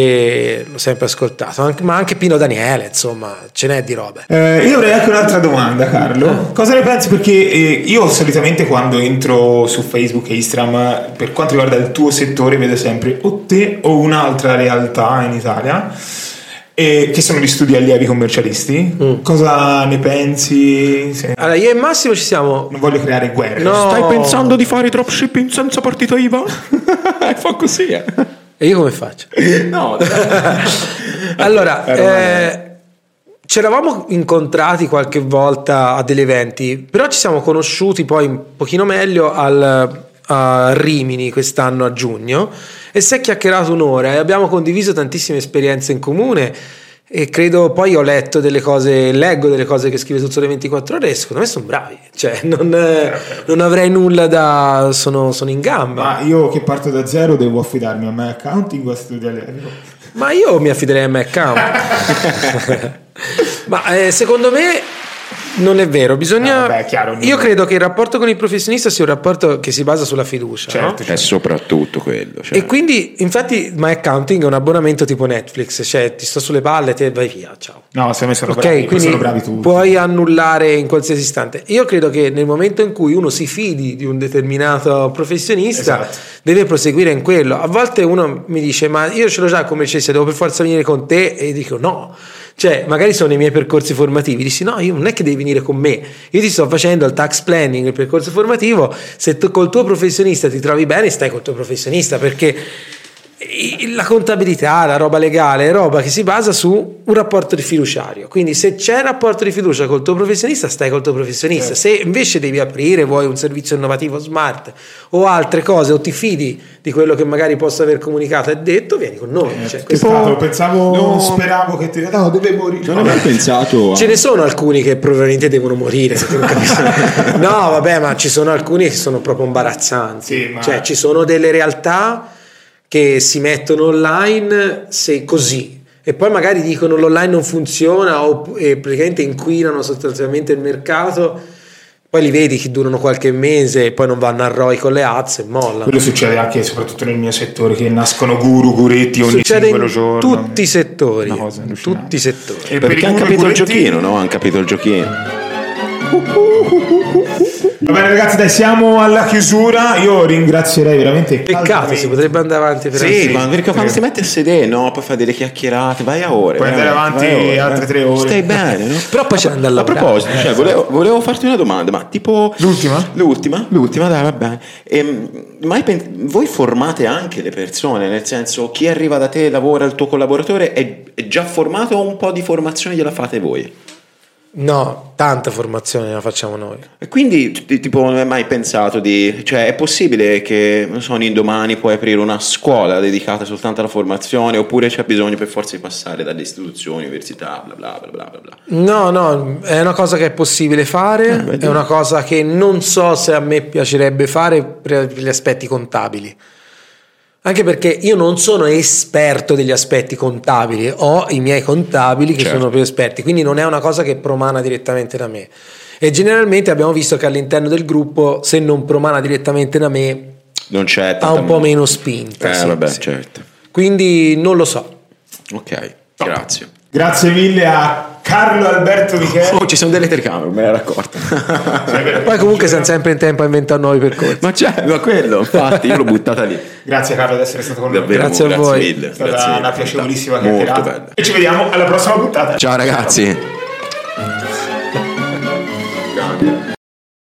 [SPEAKER 3] e l'ho sempre ascoltato, anche- ma anche Pino Daniele, insomma, ce n'è di robe.
[SPEAKER 1] Eh, io avrei anche un'altra domanda, Carlo. Cosa ne pensi? Perché eh, io solitamente quando entro su Facebook e Instagram, per quanto riguarda il tuo settore, vedo sempre o te o un'altra realtà in Italia, eh, che sono gli studi allievi commercialisti.
[SPEAKER 3] Mm.
[SPEAKER 1] Cosa ne pensi? Se-
[SPEAKER 3] Allora, io e Massimo ci siamo.
[SPEAKER 1] Non voglio creare guerre.
[SPEAKER 3] No.
[SPEAKER 2] Stai pensando di fare dropshipping senza partita I V A? Fa così, eh.
[SPEAKER 3] E io come faccio?
[SPEAKER 2] No,
[SPEAKER 3] Allora,
[SPEAKER 2] Era una-
[SPEAKER 3] eh, ci eravamo incontrati qualche volta a degli eventi, però ci siamo conosciuti poi un pochino meglio al, a Rimini quest'anno a giugno, e si è chiacchierato un'ora e abbiamo condiviso tantissime esperienze in comune e credo, poi ho letto delle cose, leggo delle cose che scrive sul Sole ventiquattro Ore e secondo me sono bravi, cioè non, non avrei nulla da, sono, sono in gamba.
[SPEAKER 1] Ma io che parto da zero devo affidarmi a me accounting o a studiare?
[SPEAKER 3] Ma io mi affiderei a me account. Ma eh, secondo me non è vero, bisogna.
[SPEAKER 1] No, vabbè, chiaro,
[SPEAKER 3] io credo che il rapporto con il professionista sia un rapporto che si basa sulla fiducia,
[SPEAKER 1] certo,
[SPEAKER 3] no?
[SPEAKER 1] certo.
[SPEAKER 2] È soprattutto quello. Cioè.
[SPEAKER 3] E quindi, infatti, My Accounting è un abbonamento tipo Netflix, cioè ti sto sulle palle e te vai via, ciao.
[SPEAKER 1] No, secondo me sono
[SPEAKER 3] Ok,
[SPEAKER 1] bravi,
[SPEAKER 3] quindi
[SPEAKER 1] sono bravi tutti.
[SPEAKER 3] puoi annullare in qualsiasi istante. Io credo che nel momento in cui uno si fidi di un determinato professionista,
[SPEAKER 1] Esatto.
[SPEAKER 3] deve proseguire in quello. A volte uno mi dice: ma io ce l'ho già come necessità, devo per forza venire con te, e dico no. Cioè, magari sono i miei percorsi formativi, dici no, io non è che devi venire con me, io ti sto facendo il tax planning, il percorso formativo, se tu col tuo professionista ti trovi bene, stai col tuo professionista, perché la contabilità, la roba legale è roba che si basa su un rapporto di fiduciario, quindi se c'è rapporto di fiducia col tuo professionista, stai col tuo professionista. Eh. Se invece devi aprire, vuoi un servizio innovativo smart o altre cose, o ti fidi di quello che magari possa aver comunicato e detto, vieni con noi.
[SPEAKER 1] Eh,
[SPEAKER 3] cioè,
[SPEAKER 1] tipo,
[SPEAKER 3] questo...
[SPEAKER 1] pensavo,
[SPEAKER 2] no,
[SPEAKER 1] speravo che ti no, deve morire.
[SPEAKER 2] Non avevo pensato a...
[SPEAKER 3] Ce ne sono alcuni che probabilmente devono morire. No, vabbè, ma ci sono alcuni che sono proprio imbarazzanti.
[SPEAKER 1] Sì, ma...
[SPEAKER 3] Cioè, ci sono delle realtà che si mettono online se così, e poi magari dicono l'online non funziona o e praticamente inquinano sostanzialmente il mercato, poi li vedi che durano qualche mese e poi non vanno a R O I con le azze e mollano.
[SPEAKER 1] Quello succede anche soprattutto nel mio settore, che nascono guru, guretti ogni
[SPEAKER 3] Succede
[SPEAKER 1] singolo
[SPEAKER 3] in
[SPEAKER 1] giorno.
[SPEAKER 3] tutti i settori,
[SPEAKER 1] Una cosa
[SPEAKER 3] in
[SPEAKER 1] allucinante.
[SPEAKER 3] tutti i settori.
[SPEAKER 1] E
[SPEAKER 2] Perché
[SPEAKER 1] per
[SPEAKER 2] hanno
[SPEAKER 1] i
[SPEAKER 2] capito il
[SPEAKER 1] guretti-
[SPEAKER 2] giochino, no? Hanno capito il giochino.
[SPEAKER 1] Va bene ragazzi, dai, siamo alla chiusura. Io ringrazierei veramente
[SPEAKER 3] Peccato, si potrebbe andare avanti per
[SPEAKER 2] Sì,
[SPEAKER 3] anni.
[SPEAKER 2] ma perché quando si mette a sedere, no? Poi fai delle chiacchierate, vai a ore.
[SPEAKER 1] Puoi andare
[SPEAKER 2] veramente,
[SPEAKER 1] avanti
[SPEAKER 2] vai a ore,
[SPEAKER 1] altre
[SPEAKER 2] eh.
[SPEAKER 1] tre ore.
[SPEAKER 2] Stai bene, no?
[SPEAKER 3] Però poi c'è da andare a
[SPEAKER 2] A
[SPEAKER 3] lavorare.
[SPEAKER 2] proposito, cioè, volevo, volevo farti una domanda, ma tipo...
[SPEAKER 1] L'ultima?
[SPEAKER 2] L'ultima, l'ultima, dai, va bene. Ehm, mai pen- voi formate anche le persone, nel senso, chi arriva da te, lavora, il tuo collaboratore, è, è già formato o un po' di formazione gliela fate voi?
[SPEAKER 3] No, tanta formazione la facciamo noi.
[SPEAKER 2] E quindi, t- tipo, non hai mai pensato di... Cioè, è possibile che, non so, un indomani puoi aprire una scuola dedicata soltanto alla formazione, oppure c'è bisogno per forza di passare dalle istituzioni, università, bla bla bla bla bla bla?
[SPEAKER 3] No, no, è una cosa che è possibile fare,
[SPEAKER 2] Eh,
[SPEAKER 3] è una cosa che non so se a me piacerebbe fare per gli aspetti contabili. Anche perché io non sono esperto degli aspetti contabili, ho i miei contabili che
[SPEAKER 2] Certo.
[SPEAKER 3] sono più esperti, quindi non è una cosa che promana direttamente da me. E generalmente abbiamo visto che all'interno del gruppo, se non promana direttamente da me,
[SPEAKER 2] Non c'è
[SPEAKER 3] ha
[SPEAKER 2] tanta...
[SPEAKER 3] un po' meno spinta.
[SPEAKER 2] Eh,
[SPEAKER 3] sì,
[SPEAKER 2] vabbè,
[SPEAKER 3] sì.
[SPEAKER 2] certo.
[SPEAKER 3] Quindi non lo so.
[SPEAKER 2] Ok, grazie.
[SPEAKER 1] Grazie mille a Carlo Alberto Michele.
[SPEAKER 2] Oh, ci sono delle telecamere, me ne ero accorto.
[SPEAKER 3] Poi comunque siamo sempre in tempo a inventare nuovi percorsi.
[SPEAKER 2] Ma c'è, ma quello, infatti, io l'ho buttata lì.
[SPEAKER 1] Grazie Carlo di essere stato con noi.
[SPEAKER 2] Davvero,
[SPEAKER 3] Grazie a
[SPEAKER 2] grazie
[SPEAKER 3] voi.
[SPEAKER 2] mille.
[SPEAKER 1] È stata
[SPEAKER 2] grazie
[SPEAKER 1] una
[SPEAKER 2] mille.
[SPEAKER 1] piacevolissima
[SPEAKER 2] Molto
[SPEAKER 1] chiacchierata.
[SPEAKER 2] bella.
[SPEAKER 1] E ci vediamo alla prossima puntata.
[SPEAKER 2] Ciao ragazzi.